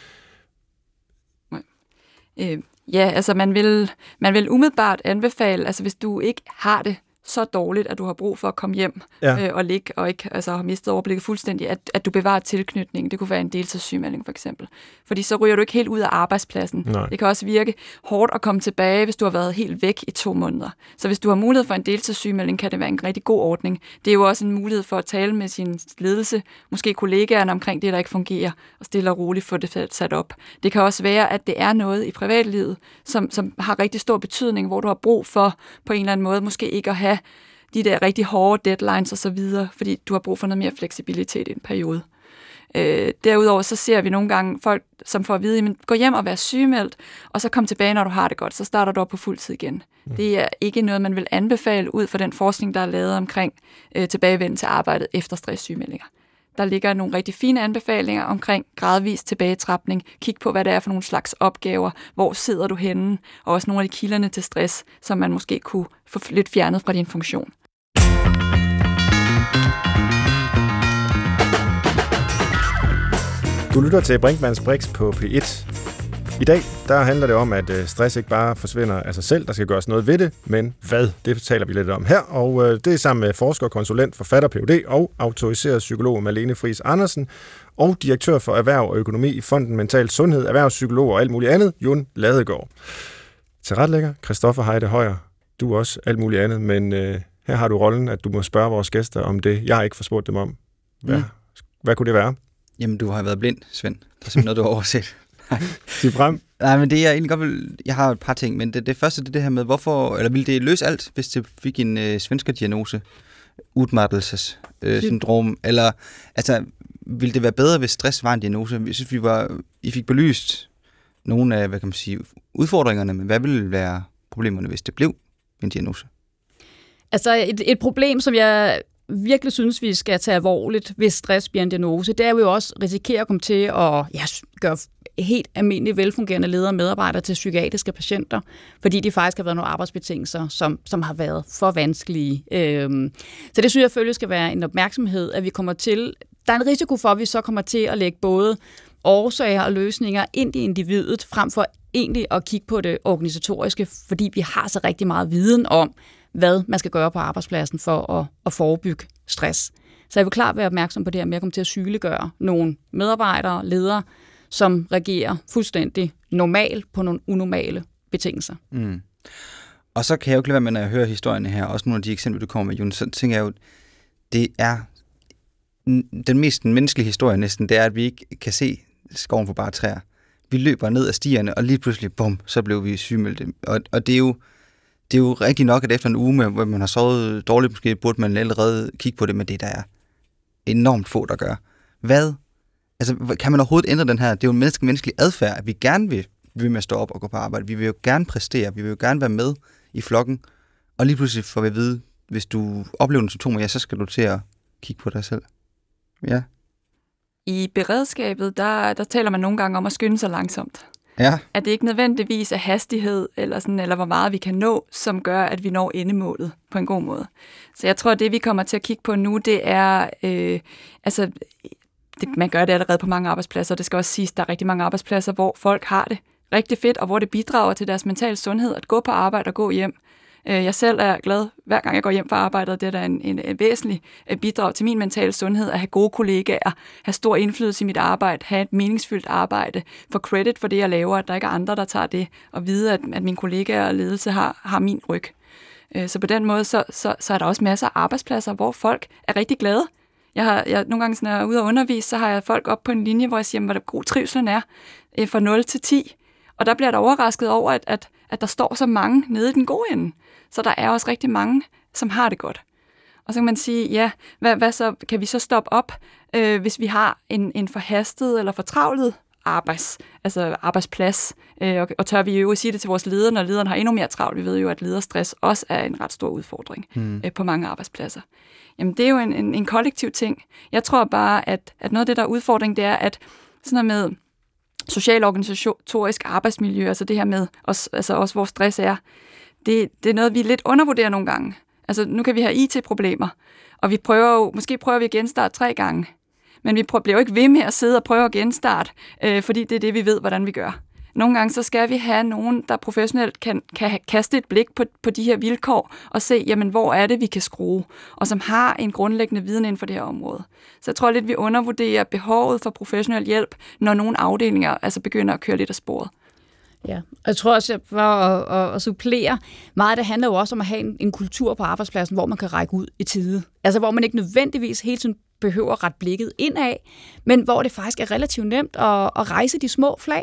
Øh. Ja, altså man vil, man vil umiddelbart anbefale, altså hvis du ikke har det så dårligt, at du har brug for at komme hjem ja. øh, og ligge og ikke altså, har mistet overblikket fuldstændig, at, at du bevarer tilknytningen. Det kunne være en deltidssygemelding for eksempel. Fordi så ryger du ikke helt ud af arbejdspladsen. Nej. Det kan også virke hårdt at komme tilbage, hvis du har været helt væk i to måneder. Så hvis du har mulighed for en deltidssygemelding, kan det være en rigtig god ordning. Det er jo også en mulighed for at tale med sin ledelse, måske kollegaerne omkring det, der ikke fungerer, og stille og roligt få det sat op. Det kan også være, at det er noget i privatlivet, som, som har rigtig stor betydning, hvor du har brug for på en eller anden måde måske ikke at have de der rigtig hårde deadlines osv., fordi du har brug for noget mere fleksibilitet i en periode. Øh, derudover så ser vi nogle gange folk, som får at vide, men gå hjem og vær sygemeldt, og så kom tilbage, når du har det godt, så starter du op på fuld tid igen. Mm. Det er ikke noget, man vil anbefale ud fra den forskning, der er lavet omkring øh, tilbagevenden til arbejdet efter stresssygemeldinger. Der ligger nogle rigtig fine anbefalinger omkring gradvis tilbagetrapning. Kig på, hvad det er for nogle slags opgaver. Hvor sidder du henne? Og også nogle af de kilderne til stress, som man måske kunne få lidt fjernet fra din funktion. Du lytter til Brinkmanns Brix på P et. I dag der handler det om, at stress ikke bare forsvinder af sig selv. Der skal gøres noget ved det, men hvad? Det taler vi lidt om her. Og det er sammen med forsker, konsulent, forfatter, P H D og autoriseret psykolog Malene Friis Andersen og direktør for erhverv og økonomi i Fonden Mental Sundhed, erhvervspsykolog og alt muligt andet, Jon Ladegaard. Tilretlægger Christoffer Heide Højer. Du er også alt muligt andet, men øh, her har du rollen, at du må spørge vores gæster om det, jeg ikke får spurgt dem om. Hvad, mm. hvad kunne det være? Jamen, du har været blind, Svend. Det er simpelthen noget, du har overset. Sig frem. Nej, men det jeg egentlig godt vil... Jeg har et par ting, men det, det første det er det her med, hvorfor... Eller ville det løse alt, hvis det fik en øh, svensker diagnose? Udmattelses øh, syndrom? Eller, altså, ville det være bedre, hvis stress var en diagnose? Hvis vi var... I fik belyst nogle af, hvad kan man sige, udfordringerne, men hvad ville være problemerne, hvis det blev en diagnose? Altså, et, et problem, som jeg virkelig synes, vi skal tage alvorligt, hvis stress bliver en diagnose, det er jo også risikere at komme til at ja, gøre helt almindelige, velfungerende ledere og medarbejdere til psykiatriske patienter, fordi de faktisk har været nogle arbejdsbetingelser, som, som har været for vanskelige. Øhm, så det synes jeg selvfølgelig skal være en opmærksomhed, at vi kommer til, der er en risiko for, at vi så kommer til at lægge både årsager og løsninger ind i individet, frem for egentlig at kigge på det organisatoriske, fordi vi har så rigtig meget viden om, hvad man skal gøre på arbejdspladsen for at, at forebygge stress. Så jeg vil klart være opmærksom på det her med at komme til at sygeliggøre nogle medarbejdere, ledere, som reagerer fuldstændig normalt på nogle unormale betingelser. Mm. Og så kan jeg jo ikke lade være med, når jeg hører historierne her, også nogle af de eksempler, du kommer med, Jon, så tænker jeg jo, det er den mest menneskelige historie næsten, det er, at vi ikke kan se skoven for bare træer. Vi løber ned ad stierne, og lige pludselig, bum, så blev vi sygemeldte. Og, og det er jo Det er jo rigtig nok, at efter en uge, hvor man har sovet dårligt, måske burde man allerede kigge på det, men det der er enormt få, der gør. Hvad? Altså, kan man overhovedet ændre den her? Det er jo en menneske, menneskelig adfærd, at vi gerne vil, vil med at stå op og gå på arbejde. Vi vil jo gerne præstere, vi vil jo gerne være med i flokken, og lige pludselig får vi at vide, hvis du oplever nogle symptomer, ja, så skal du til at kigge på dig selv. Ja. I beredskabet, der, der taler man nogle gange om at skynde sig langsomt. Ja. At det ikke nødvendigvis er hastighed, eller, sådan, eller hvor meget vi kan nå, som gør, at vi når endemålet på en god måde. Så jeg tror, at det vi kommer til at kigge på nu, det er, øh, altså, det, man gør det allerede på mange arbejdspladser, det skal også siges, der er rigtig mange arbejdspladser, hvor folk har det rigtig fedt, og hvor det bidrager til deres mentale sundhed, at gå på arbejde og gå hjem. Jeg selv er glad, hver gang jeg går hjem fra arbejdet, det er der en, en, en væsentlig bidrag til min mentale sundhed, at have gode kollegaer, have stor indflydelse i mit arbejde, have et meningsfyldt arbejde, få credit for det, jeg laver, at der ikke er andre, der tager det, og vide, at, at mine kollegaer og ledelse har, har min ryg. Så på den måde, så, så, så er der også masser af arbejdspladser, hvor folk er rigtig glade. Jeg har, jeg, nogle gange, når jeg er ude og undervise, så har jeg folk op på en linje, hvor jeg siger, hvor god trivselen er, fra nul til ti. Og der bliver der overrasket over, at, at, at der står så mange nede i den gode ende. Så der er også rigtig mange, som har det godt. Og så kan man sige, ja, hvad, hvad så, kan vi så stoppe op, øh, hvis vi har en, en forhastet eller fortravlet arbejds, altså arbejdsplads? Øh, og, og tør vi jo sige det til vores ledere, når lederen har endnu mere travlt? Vi ved jo, at lederstress også er en ret stor udfordring mm. øh, på mange arbejdspladser. Jamen, det er jo en, en, en kollektiv ting. Jeg tror bare, at, at noget af det, der er udfordring, det er, at sådan noget med social-organisatorisk arbejdsmiljø, altså det her med, også, altså også hvor stress er, det, det er noget, vi lidt undervurderer nogle gange. Altså nu kan vi have I T-problemer, og vi prøver jo, måske prøver vi at genstarte tre gange, men vi prøver, bliver jo ikke ved med at sidde og prøve at genstarte, øh, fordi det er det, vi ved, hvordan vi gør. Nogle gange så skal vi have nogen, der professionelt kan, kan kaste et blik på, på de her vilkår og se, jamen, hvor er det, vi kan skrue, og som har en grundlæggende viden inden for det her område. Så jeg tror lidt, vi undervurderer behovet for professionel hjælp, når nogle afdelinger altså begynder at køre lidt af sporet. Ja, jeg tror også, for at, at, at supplere, meget af det handler jo også om at have en, en kultur på arbejdspladsen, hvor man kan række ud i tide. Altså hvor man ikke nødvendigvis hele tiden behøver at rette blikket indad, men hvor det faktisk er relativt nemt at, at rejse de små flag.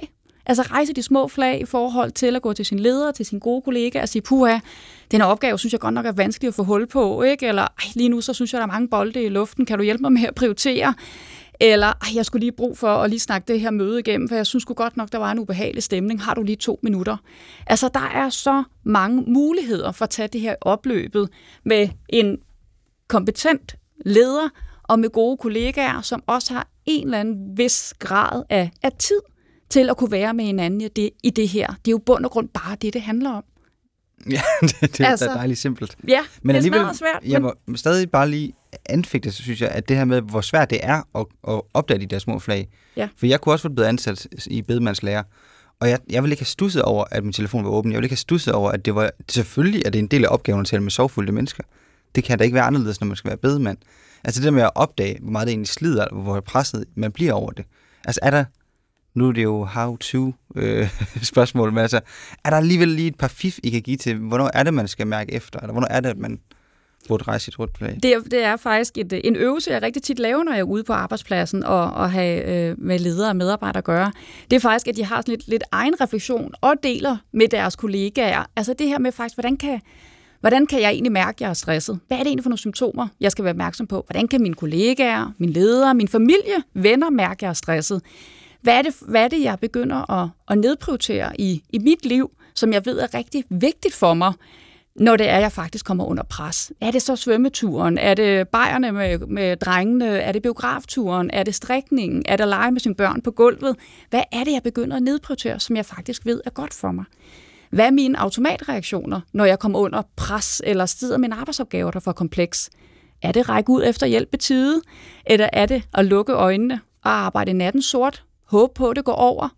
Altså rejse de små flag i forhold til at gå til sin leder, til sin gode kollega og sige, puha, den her opgave synes jeg godt nok er vanskelig at få hul på, ikke? Eller ej, lige nu så synes jeg, der er mange bolde i luften, kan du hjælpe mig med at prioritere? Eller ej, jeg skulle lige brug for at lige snakke det her møde igennem, for jeg synes godt nok, der var en ubehagelig stemning. Har du lige to minutter? Altså, der er så mange muligheder for at tage det her opløbet med en kompetent leder og med gode kollegaer, som også har en eller anden vis grad af, af tid til at kunne være med hinanden i det, i det her. Det er jo bund og grund bare det, det handler om. Ja, det, det er altså, dejligt simpelt. Ja, men det er svært svært. Jeg må men... stadig bare lige anfægte, så synes jeg, at det her med, hvor svært det er at, at opdage de der små flag. Ja. For jeg kunne også være blevet ansat i bedemandslærer, og jeg, jeg ville ikke have stusset over, at min telefon var åben. Jeg ville ikke have stusset over, at det var selvfølgelig, at det er en del af opgaven at tale med sorgfulde mennesker. Det kan da ikke være anderledes, når man skal være bedemand. Altså det der med at opdage, hvor meget det egentlig slider, hvor presset man bliver over det. Altså er der, nu er det jo how-to øh, spørgsmål, men altså, er der alligevel lige et par fif, I kan give til, hvornår er det, man skal mærke efter, eller hvornår er det, at man burde rejse sit rødt flag? Det er, det er faktisk et, en øvelse, jeg rigtig tit laver, når jeg er ude på arbejdspladsen og, og have øh, med ledere og medarbejdere at gøre. Det er faktisk, at de har sådan lidt, lidt egen refleksion og deler med deres kollegaer. Altså det her med faktisk, hvordan kan Hvordan kan jeg egentlig mærke, at jeg er stresset? Hvad er det egentlig for nogle symptomer, jeg skal være opmærksom på? Hvordan kan mine kollegaer, mine ledere, min familie, venner mærke, at jeg er stresset? Hvad er det, hvad er det jeg begynder at, at nedprioritere i, i mit liv, som jeg ved er rigtig vigtigt for mig, når det er, jeg faktisk kommer under pres? Er det så svømmeturen? Er det bajerne med, med drengene? Er det biografturen? Er det strikningen? Er det at lege med sine børn på gulvet? Hvad er det, jeg begynder at nedprioritere, som jeg faktisk ved er godt for mig? Hvad er mine automatreaktioner, når jeg kommer under pres eller sidder med en arbejdsopgave, der er for kompleks? Er det at række ud efter hjælp i tide? Eller er det at lukke øjnene og arbejde natten sort? Håbe på, at det går over?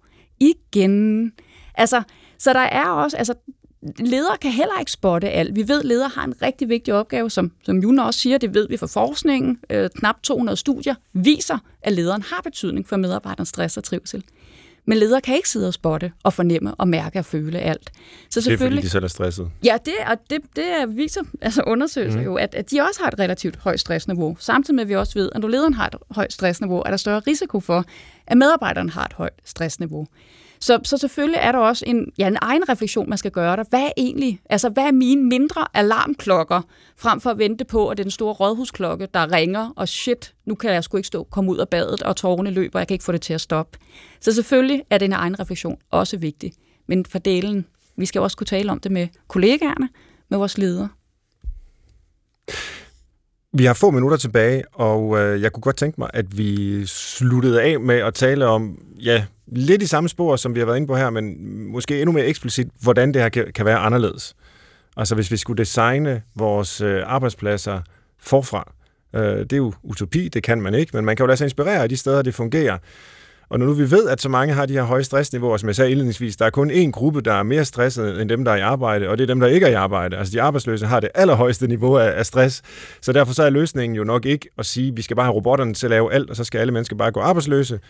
Igen. Altså, så der er også... Altså, ledere kan heller ikke spotte alt. Vi ved, at ledere har en rigtig vigtig opgave, som, som June også siger, det ved vi fra forskningen. Øh, knap to hundrede studier viser, at lederen har betydning for medarbejderens stress og trivsel. Men ledere kan ikke sidde og spotte og fornemme og mærke og føle alt. Så det er fordi, de selv er stresset. Ja, det, og det, det viser altså undersøgelser mm. jo, at, at de også har et relativt højt stressniveau. Samtidig med, at vi også ved, at når lederen har et højt stressniveau, er der større risiko for, at medarbejderen har et højt stressniveau. Så, så selvfølgelig er der også en, ja, en egen refleksion, man skal gøre der. Hvad er egentlig, altså hvad er mine mindre alarmklokker, frem for at vente på, at det er den store rådhusklokke, der ringer, og shit, nu kan jeg sgu ikke stå, komme ud af badet, og tårerne løber, og jeg kan ikke få det til at stoppe. Så selvfølgelig er den egen refleksion også vigtig. Men for delen, vi skal også kunne tale om det med kollegaerne, med vores ledere. Vi har få minutter tilbage, og øh, jeg kunne godt tænke mig, at vi sluttede af med at tale om, ja, lidt i samme spor, som vi har været inde på her, men måske endnu mere eksplicit, hvordan det her kan, kan være anderledes. Altså hvis vi skulle designe vores øh, arbejdspladser forfra. Øh, det er jo utopi, det kan man ikke, men man kan jo lade sig inspirere af de steder, det fungerer. Og når nu vi ved, at så mange har de her høje stressniveauer, som jeg sagde indledningsvis, der er kun én gruppe, der er mere stresset end dem, der er i arbejde, og det er dem, der ikke er i arbejde. Altså de arbejdsløse har det allerhøjeste niveau af, af stress, så derfor så er løsningen jo nok ikke at sige, at vi skal bare have robotterne til at lave alt, og så skal alle mennesker bare gå arbejdsløse.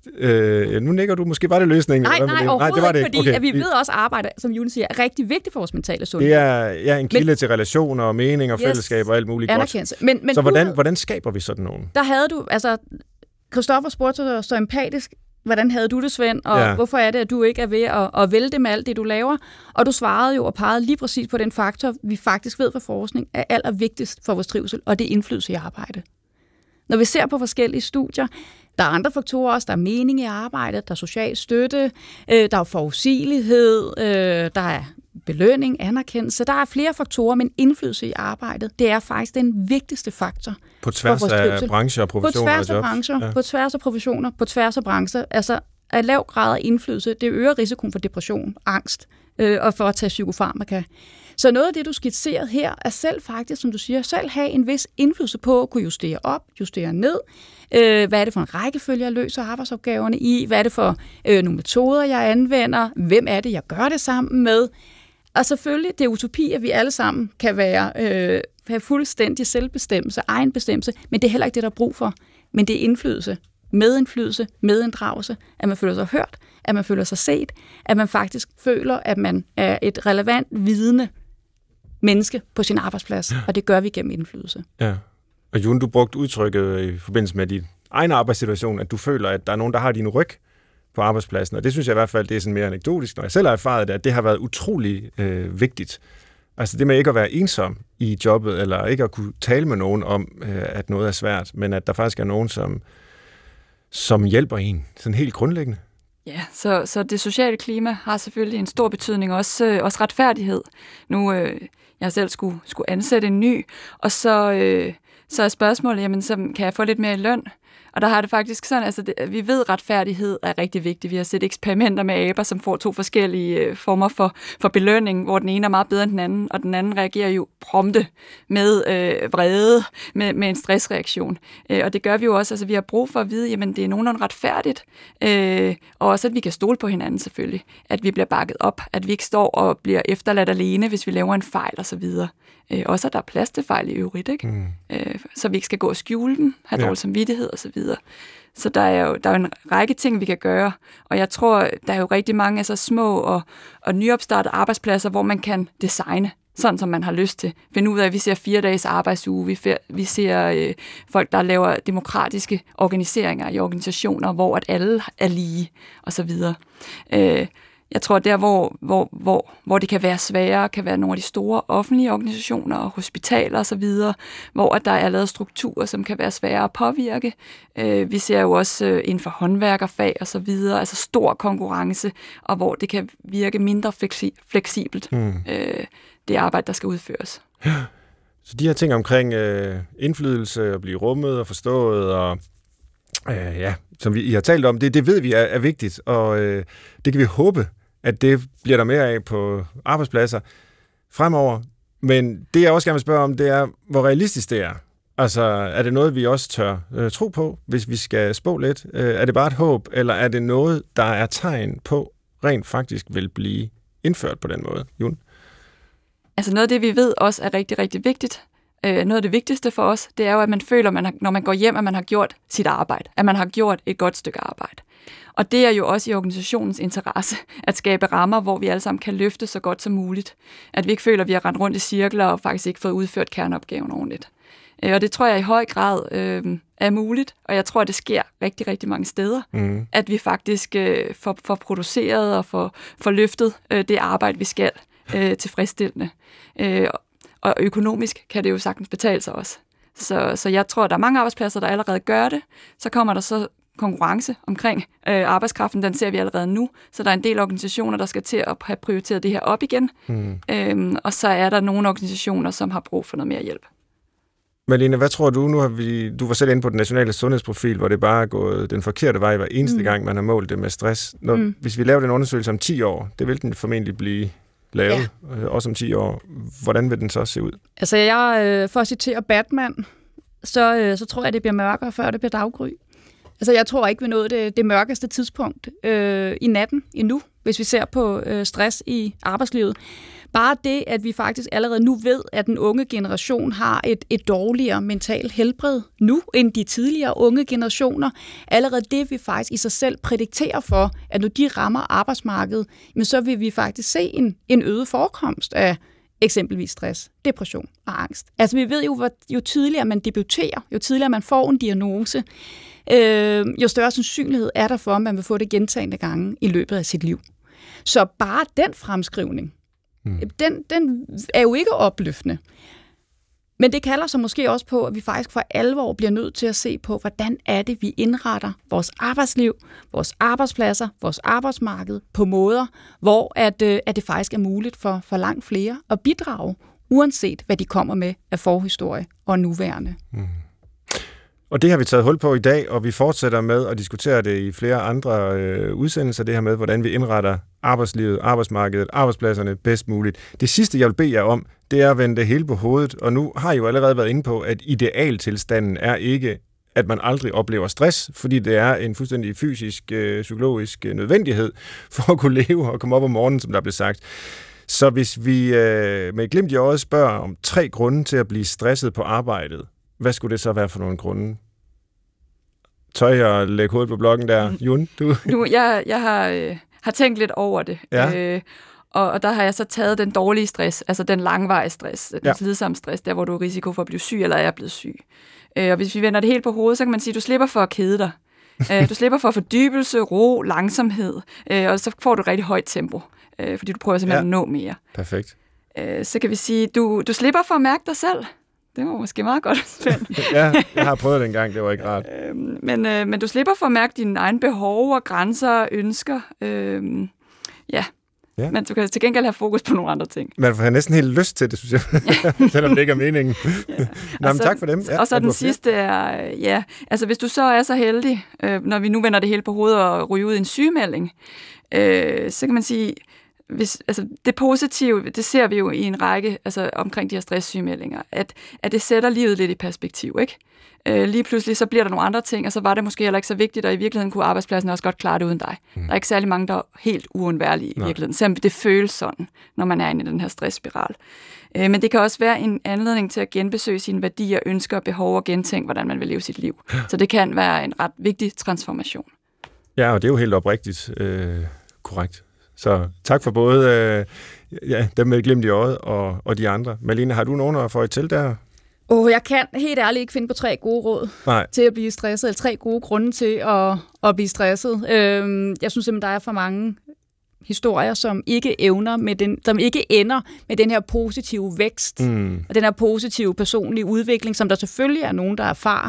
Øh, nu nikker du, måske var det løsningen. Nej, nej, nej, overhovedet nej, det var det ikke, fordi okay. at vi ved også, at arbejde, som June siger, er rigtig vigtigt for vores mentale sundhed. Det er ja, en kilde men, til relationer og mening og yes, fællesskab og alt muligt godt. Men, men så hvordan, hvordan skaber vi sådan nogen? Der havde du, altså, Christoffer spurgte dig så empatisk, hvordan havde du det, Svend, og ja. hvorfor er det, at du ikke er ved at, at vælte med alt det, du laver? Og du svarede jo og pegede lige præcis på den faktor, vi faktisk ved fra forskning, er allervigtigst for vores trivsel, og det er indflydelse i arbejde. Når vi ser på forskellige studier, der er andre faktorer også, der er mening i arbejdet, der er social støtte, øh, der er forudsigelighed, øh, der er belønning, anerkendelse. Der er flere faktorer, men indflydelse i arbejdet, det er faktisk den vigtigste faktor. På tværs af brancher og professioner og jobs. På tværs af brancher, ja. på tværs af professioner, på tværs af brancher. Altså, at lav grad af indflydelse, det øger risikoen for depression, angst øh, og for at tage psykofarmaka. Så noget af det, du skitserede her, er selv faktisk, som du siger, selv have en vis indflydelse på at kunne justere op, justere ned. Øh, hvad er det for en rækkefølge, jeg løser arbejdsopgaverne i? Hvad er det for øh, nogle metoder, jeg anvender? Hvem er det, jeg gør det sammen med? Og selvfølgelig, det er utopi, at vi alle sammen kan være, øh, have fuldstændig selvbestemmelse, egen bestemmelse, men det er heller ikke det, der er brug for. Men det er indflydelse, medindflydelse, medinddragelse, at man føler sig hørt, at man føler sig set, at man faktisk føler, at man er et relevant, vidende menneske på sin arbejdsplads, ja. Og det gør vi gennem indflydelse. Ja. Og June, du brugte udtrykket i forbindelse med din egen arbejdssituation, at du føler, at der er nogen, der har din ryg. på arbejdspladsen. Og det synes jeg i hvert fald, det er sådan mere anekdotisk, når jeg selv har erfaret det, at det har været utrolig øh, vigtigt. Altså det med ikke at være ensom i jobbet, eller ikke at kunne tale med nogen om, øh, at noget er svært, men at der faktisk er nogen, som, som hjælper en, sådan helt grundlæggende. Ja, så, så det sociale klima har selvfølgelig en stor betydning, også, øh, også retfærdighed. Nu, øh, jeg selv skulle, skulle ansætte en ny, og så, øh, så er spørgsmålet, jamen, så kan jeg få lidt mere i løn? Og der har det faktisk sådan, altså det, vi ved, at retfærdighed er rigtig vigtigt. Vi har set eksperimenter med aber, som får to forskellige øh, former for, for belønning, hvor den ene er meget bedre end den anden, og den anden reagerer jo prompte med øh, vrede, med, med en stressreaktion. Øh, og det gør vi jo også, altså vi har brug for at vide, jamen det er nogenlunde retfærdigt, øh, og også at vi kan stole på hinanden selvfølgelig, at vi bliver bakket op, at vi ikke står og bliver efterladt alene, hvis vi laver en fejl osv. Øh, også at der er plads til fejl i øvrigt, ikke? Mm. Øh, så vi ikke skal gå og skjule dem, have dårlig samvittighed osv. Så, så der er jo der er jo en række ting, vi kan gøre, og jeg tror, der er jo rigtig mange altså, små og, og nyopstartede arbejdspladser, hvor man kan designe, sådan som man har lyst til. Finde ud af, at vi ser fire dages arbejdsuge, vi, fer, vi ser øh, folk, der laver demokratiske organiseringer i organisationer, hvor at alle er lige osv. Øh, Jeg tror, der hvor, hvor, hvor, hvor det kan være sværere, kan være nogle af de store offentlige organisationer og hospitaler osv., hvor der er lavet strukturer, som kan være svære at påvirke. Vi ser jo også inden for håndværkerfag osv., altså stor konkurrence, og hvor det kan virke mindre fleksibelt, mm. det arbejde, der skal udføres. Ja. Så de her ting omkring øh, indflydelse og blive rummet og forstået og øh, ja, som vi I har talt om, det, det ved vi er, er vigtigt, og øh, det kan vi håbe, at det bliver der mere af på arbejdspladser fremover. Men det, jeg også gerne vil spørge om, det er, hvor realistisk det er. Altså, er det noget, vi også tør øh, tro på, hvis vi skal spå lidt? Øh, er det bare et håb, eller er det noget, der er tegn på, rent faktisk vil blive indført på den måde? Jun? Altså noget af det, vi ved også er rigtig, rigtig vigtigt. Øh, noget af det vigtigste for os, det er jo, at man føler, at man har, når man går hjem, at man har gjort sit arbejde. At man har gjort et godt stykke arbejde. Og det er jo også i organisationens interesse at skabe rammer, hvor vi alle sammen kan løfte så godt som muligt. At vi ikke føler, at vi har rendt rundt i cirkler og faktisk ikke fået udført kerneopgaven ordentligt. Og det tror jeg i høj grad øh, er muligt, og jeg tror, at det sker rigtig, rigtig mange steder, mm. at vi faktisk øh, får, får produceret og får, får løftet øh, det arbejde, vi skal øh, tilfredsstillende. Øh, og økonomisk kan det jo sagtens betale sig også. Så, så jeg tror, at der er mange arbejdspladser, der allerede gør det. Så kommer der så konkurrence omkring øh, arbejdskraften, den ser vi allerede nu. Så der er en del organisationer, der skal til at have prioriteret det her op igen. Mm. Øhm, og så er der nogle organisationer, som har brug for noget mere hjælp. Malene, hvad tror du? Nu har vi, du var selv inde på den nationale sundhedsprofil, hvor det bare er gået den forkerte vej hver eneste mm. gang, man har målt det med stress. Når, mm. Hvis vi laver den undersøgelse om ti år, det vil den formentlig blive lavet, ja. Også om ti år. Hvordan vil den så se ud? Altså, jeg, øh, for at citere Batman, så, øh, så tror jeg, det bliver mørkere, før det bliver daggry. Altså, jeg tror ikke, vi nåede det, det mørkeste tidspunkt øh, i natten endnu, hvis vi ser på øh, stress i arbejdslivet. Bare det, at vi faktisk allerede nu ved, at den unge generation har et, et dårligere mentalt helbred nu, end de tidligere unge generationer. Allerede det, vi faktisk i sig selv prædikterer for, at når de rammer arbejdsmarkedet, men så vil vi faktisk se en, en øget forekomst af eksempelvis stress, depression og angst. Altså vi ved jo, hvor, jo tidligere man debuterer, jo tidligere man får en diagnose, øh, jo større sandsynlighed er der for, at man vil få det gentagne gange i løbet af sit liv. Så bare den fremskrivning, mm. den, den er jo ikke opløftende. Men det kalder sig måske også på, at vi faktisk for alvor bliver nødt til at se på, hvordan er det, vi indretter vores arbejdsliv, vores arbejdspladser, vores arbejdsmarked på måder, hvor at, at det faktisk er muligt for, for langt flere at bidrage, uanset hvad de kommer med af forhistorie og nuværende. Mm. Og det har vi taget hul på i dag, og vi fortsætter med at diskutere det i flere andre øh, udsendelser, det her med, hvordan vi indretter arbejdslivet, arbejdsmarkedet, arbejdspladserne bedst muligt. Det sidste, jeg vil bede jer om, det er at vende det hele på hovedet, og nu har I jo allerede været inde på, at idealtilstanden er ikke, at man aldrig oplever stress, fordi det er en fuldstændig fysisk, øh, psykologisk øh, nødvendighed for at kunne leve og komme op om morgenen, som der blev sagt. Så hvis vi øh, med et glimt i øjet spørger om tre grunde til at blive stresset på arbejdet, hvad skulle det så være for nogle grunde? Tør jeg lægge hovedet på blokken der? Jun, du? Nu, jeg, jeg har, øh, har tænkt lidt over det. Ja. Øh, og, og der har jeg så taget den dårlige stress, altså den langvarige stress, den ja. slidsomme stress, der hvor du er risiko for at blive syg eller er blevet syg. Øh, og hvis vi vender det helt på hovedet, så kan man sige, at du slipper for at kede dig. Øh, du slipper for fordybelse, ro, langsomhed, øh, og så får du et rigtig højt tempo, øh, fordi du prøver simpelthen ja. at nå mere. Perfekt. Øh, så kan vi sige, du, du slipper for at mærke dig selv. Det var måske meget godt, Svend. Ja, jeg har prøvet det en gang, det var ikke rart. Øh, men, øh, men du slipper for at mærke dine egne behov og grænser og ønsker. Øh, ja. Ja. Men du kan til gengæld have fokus på nogle andre ting. Man får næsten helt lyst til det, synes jeg. Ja. Selvom det ikke er meningen. Ja. Nå, men tak for dem. Ja, og så den sidste er, ja, altså hvis du så er så heldig, øh, når vi nu vender det hele på hovedet og ryger ud i en sygemelding, øh, så kan man sige, hvis, altså det positive, det ser vi jo i en række, altså omkring de her stresssygemeldinger, at, at det sætter livet lidt i perspektiv, ikke? Øh, lige pludselig så bliver der nogle andre ting, og så var det måske heller ikke så vigtigt, og i virkeligheden kunne arbejdspladsen også godt klare det uden dig. Mm. Der er ikke særlig mange, der er helt uundværlige i virkeligheden, selvom det føles sådan, når man er inde i den her stressspiral. Øh, men det kan også være en anledning til at genbesøge sine værdier, ønsker og behov og gentænke, hvordan man vil leve sit liv. Så det kan være en ret vigtig transformation. Ja, og det er jo helt oprigtigt øh, korrekt. Så tak for både øh, ja, dem med glimt i øjet og, og de andre. Malene, har du nogen at få til der? Åh, oh, jeg kan helt ærligt ikke finde på tre gode råd Nej. til at blive stresset, eller tre gode grunde til at, at blive stresset. Øhm, jeg synes simpelthen, der er for mange historier, som ikke evner med den, som ikke ender med den her positive vækst, mm. og den her positive personlige udvikling, som der selvfølgelig er nogen, der erfarer.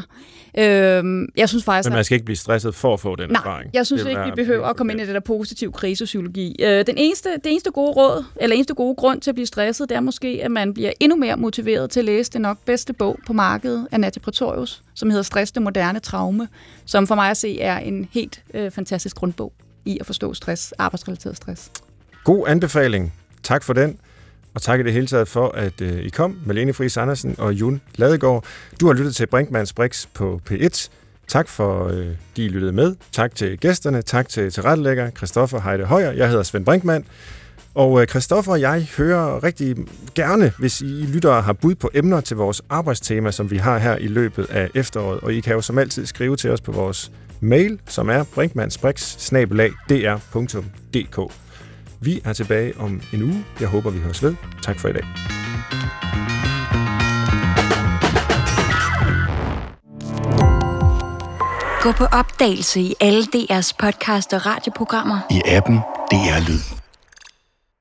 Øhm, jeg synes faktisk, Men man skal ikke blive stresset for at få den nej, erfaring. jeg synes ikke, vi behøver at komme ind i det der positive krisepsykologi. Øh, den eneste, det eneste gode råd, eller eneste gode grund til at blive stresset, det er måske, at man bliver endnu mere motiveret til at læse det nok bedste bog på markedet af Nathi Pretorius, som hedder Stress, det moderne traume, som for mig at se er en helt øh, fantastisk grundbog i at forstå stress, arbejdsrelateret stress. God anbefaling. Tak for den. Og tak i det hele taget for, at øh, I kom, Malene Friis Andersen og Jon Ladegaard. Du har lyttet til Brinkmanns Brix på P et. Tak for, øh, de I lyttede med. Tak til gæsterne. Tak til tilrettelægger Christoffer Heide Højer. Jeg hedder Svend Brinkmann. Og øh, Christoffer og jeg hører rigtig gerne, hvis I lyttere har bud på emner til vores arbejdstema, som vi har her i løbet af efteråret. Og I kan jo som altid skrive til os på vores mail, som er brinkmannsbrix bindestreg d r punktum d k. Vi er tilbage om en uge. Jeg håber, vi høres ved. Tak for i dag. Gå på opdagelse i alle D R's podcast og radioprogrammer. I appen D R Lyd.